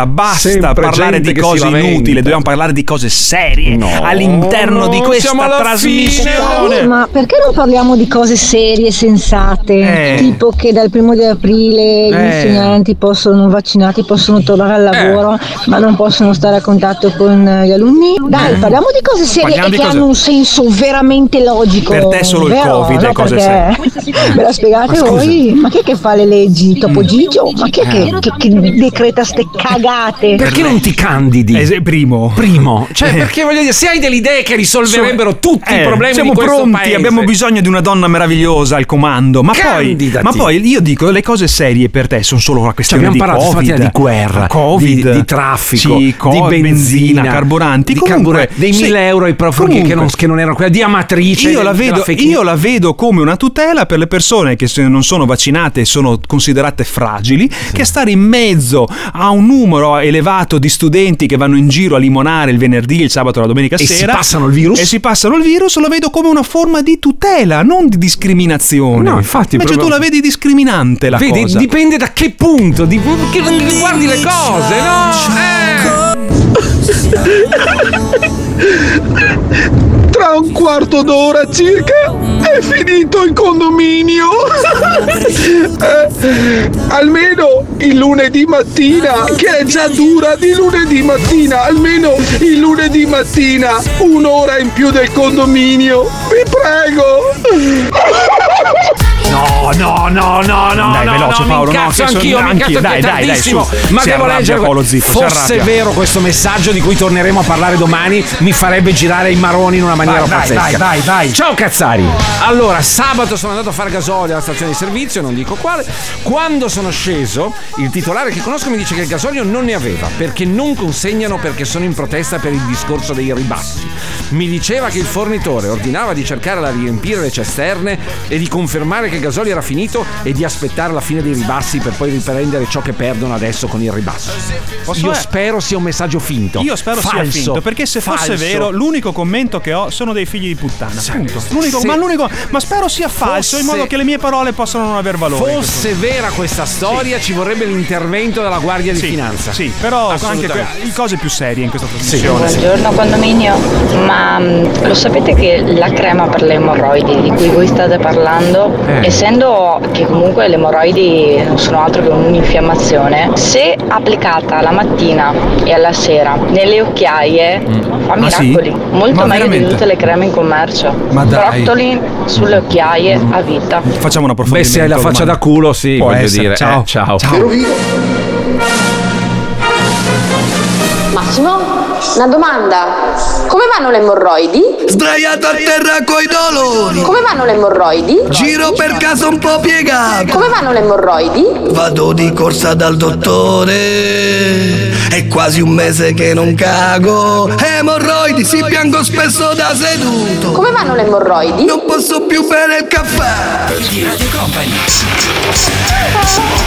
basta, basta Sempre parlare gente di che cose si lamenta. inutili, dobbiamo parlare di cose serie No, all'interno no, di questa siamo alla trasmissione. Sì, ma perché non parliamo di cose serie, sensate? Eh. Tipo che dal primo di aprile gli Eh. insegnanti possono, non vaccinati, possono tornare al lavoro, ma non possono stare a contatto con gli alunni. Dai, parliamo di cose serie Parliamo e di che cose- hanno un senso veramente logico. Per te solo il vero? Covid No, è cose perché me la spiegate Ma scusa. voi? Ma chi è che fa le leggi? Topo Gigio? Ma chi è che, Eh. che, che decreta ste cagate? Perché non ti candidi? Eh, primo. Primo. Cioè, Eh. perché voglio dire, se hai delle idee che risolverebbero tutti Eh, i problemi siamo di questo pronti, paese. abbiamo bisogno di una donna meravigliosa al comando. Ma poi, Candidati. ma poi io dico, le cose serie per te sono solo una Ci questione abbiamo di parlato Covid, stamattina di guerra, Covid, di, di traffico, sì, co- di benzina, carburanti, di comunque, carburanti, dei sì, mille euro ai profughi che comunque. non, che non erano quella di Amatrice. Io del- la, della vedo, fake io news. la vedo come una tutela per le persone che se non sono vaccinate e sono considerate fragili, che stare in mezzo a un numero elevato di studenti che vanno in giro a limonare il venerdì, il sabato e la domenica E si sera passano il virus? e si passano il virus, lo vedo come una forma di tutela, non di discriminazione. No, infatti, invece proprio- tu la vedi discriminante la Vedi, cosa. dipende da che punto, di, che guardi le cose, no? Tra un quarto d'ora circa è finito il condominio. Eh, almeno il lunedì mattina, che è già dura di lunedì mattina, almeno il lunedì mattina un'ora in più del condominio. Vi prego. No, no, no, no, no, Dai, no, veloce, no, Paolo, mi no, incazzo che sono- anch'io, mi anch'io, incazzo dai, anche dai, dai, tantissimo, su. ma Si devo arrabbia, leggere. Paolo Zippo, si Fosse arrabbia. vero questo messaggio di cui torneremo a parlare domani, mi farebbe girare i maroni in una maniera Vai, vai, pazzesca. vai, vai, vai. Ciao Cazzari. Allora, sabato sono andato a fare gasolio alla stazione di servizio, non dico quale. Quando sono sceso, il titolare che conosco mi dice che il gasolio non ne aveva perché non consegnano, perché sono in protesta per il discorso dei ribassi. Mi diceva che il fornitore ordinava di cercare di riempire le cisterne e di confermare che il gasolio era finito e di aspettare la fine dei ribassi per poi riprendere ciò che perdono adesso con il ribasso. Posso- Io spero sia un messaggio finto. Io spero sia Falso. finto, perché se fosse Falso. vero, l'unico commento che ho sono dei figli di puttana. Sì. Punto. L'unico, Se- ma l'unico, ma spero sia falso, in Fosse- modo che le mie parole possano non aver valore. in questo Fosse vera questa storia, ci vorrebbe l'intervento della Guardia di Sì, Finanza. sì, però anche Assolutamente. que- cose più serie in questa trasmissione. Buongiorno condominio, ma mh, lo sapete che la crema per le emorroidi di cui voi state parlando, Eh. essendo che comunque le emorroidi non sono altro che un'infiammazione, se applicata la mattina e alla sera nelle occhiaie fa Ah, sì? miracoli, molto Ma meglio veramente? di tutte le creme in commercio. Ma dai. Broccoli sulle occhiaie a vita. Facciamo un approfondimento. Beh, se hai la faccia domani. da culo, sì, Può voglio essere. dire. Ciao. Eh, ciao. Massimo, una domanda. Come vanno le emorroidi? Sdraiato a terra coi dolori. Come vanno le emorroidi? Giro per casa un po' piegato. Come vanno le emorroidi? Vado di corsa dal dottore. È quasi un mese che non cago. Emorroidi, si piango spesso da seduto. Come vanno le emorroidi? Non posso più bere il caffè. Radio Company.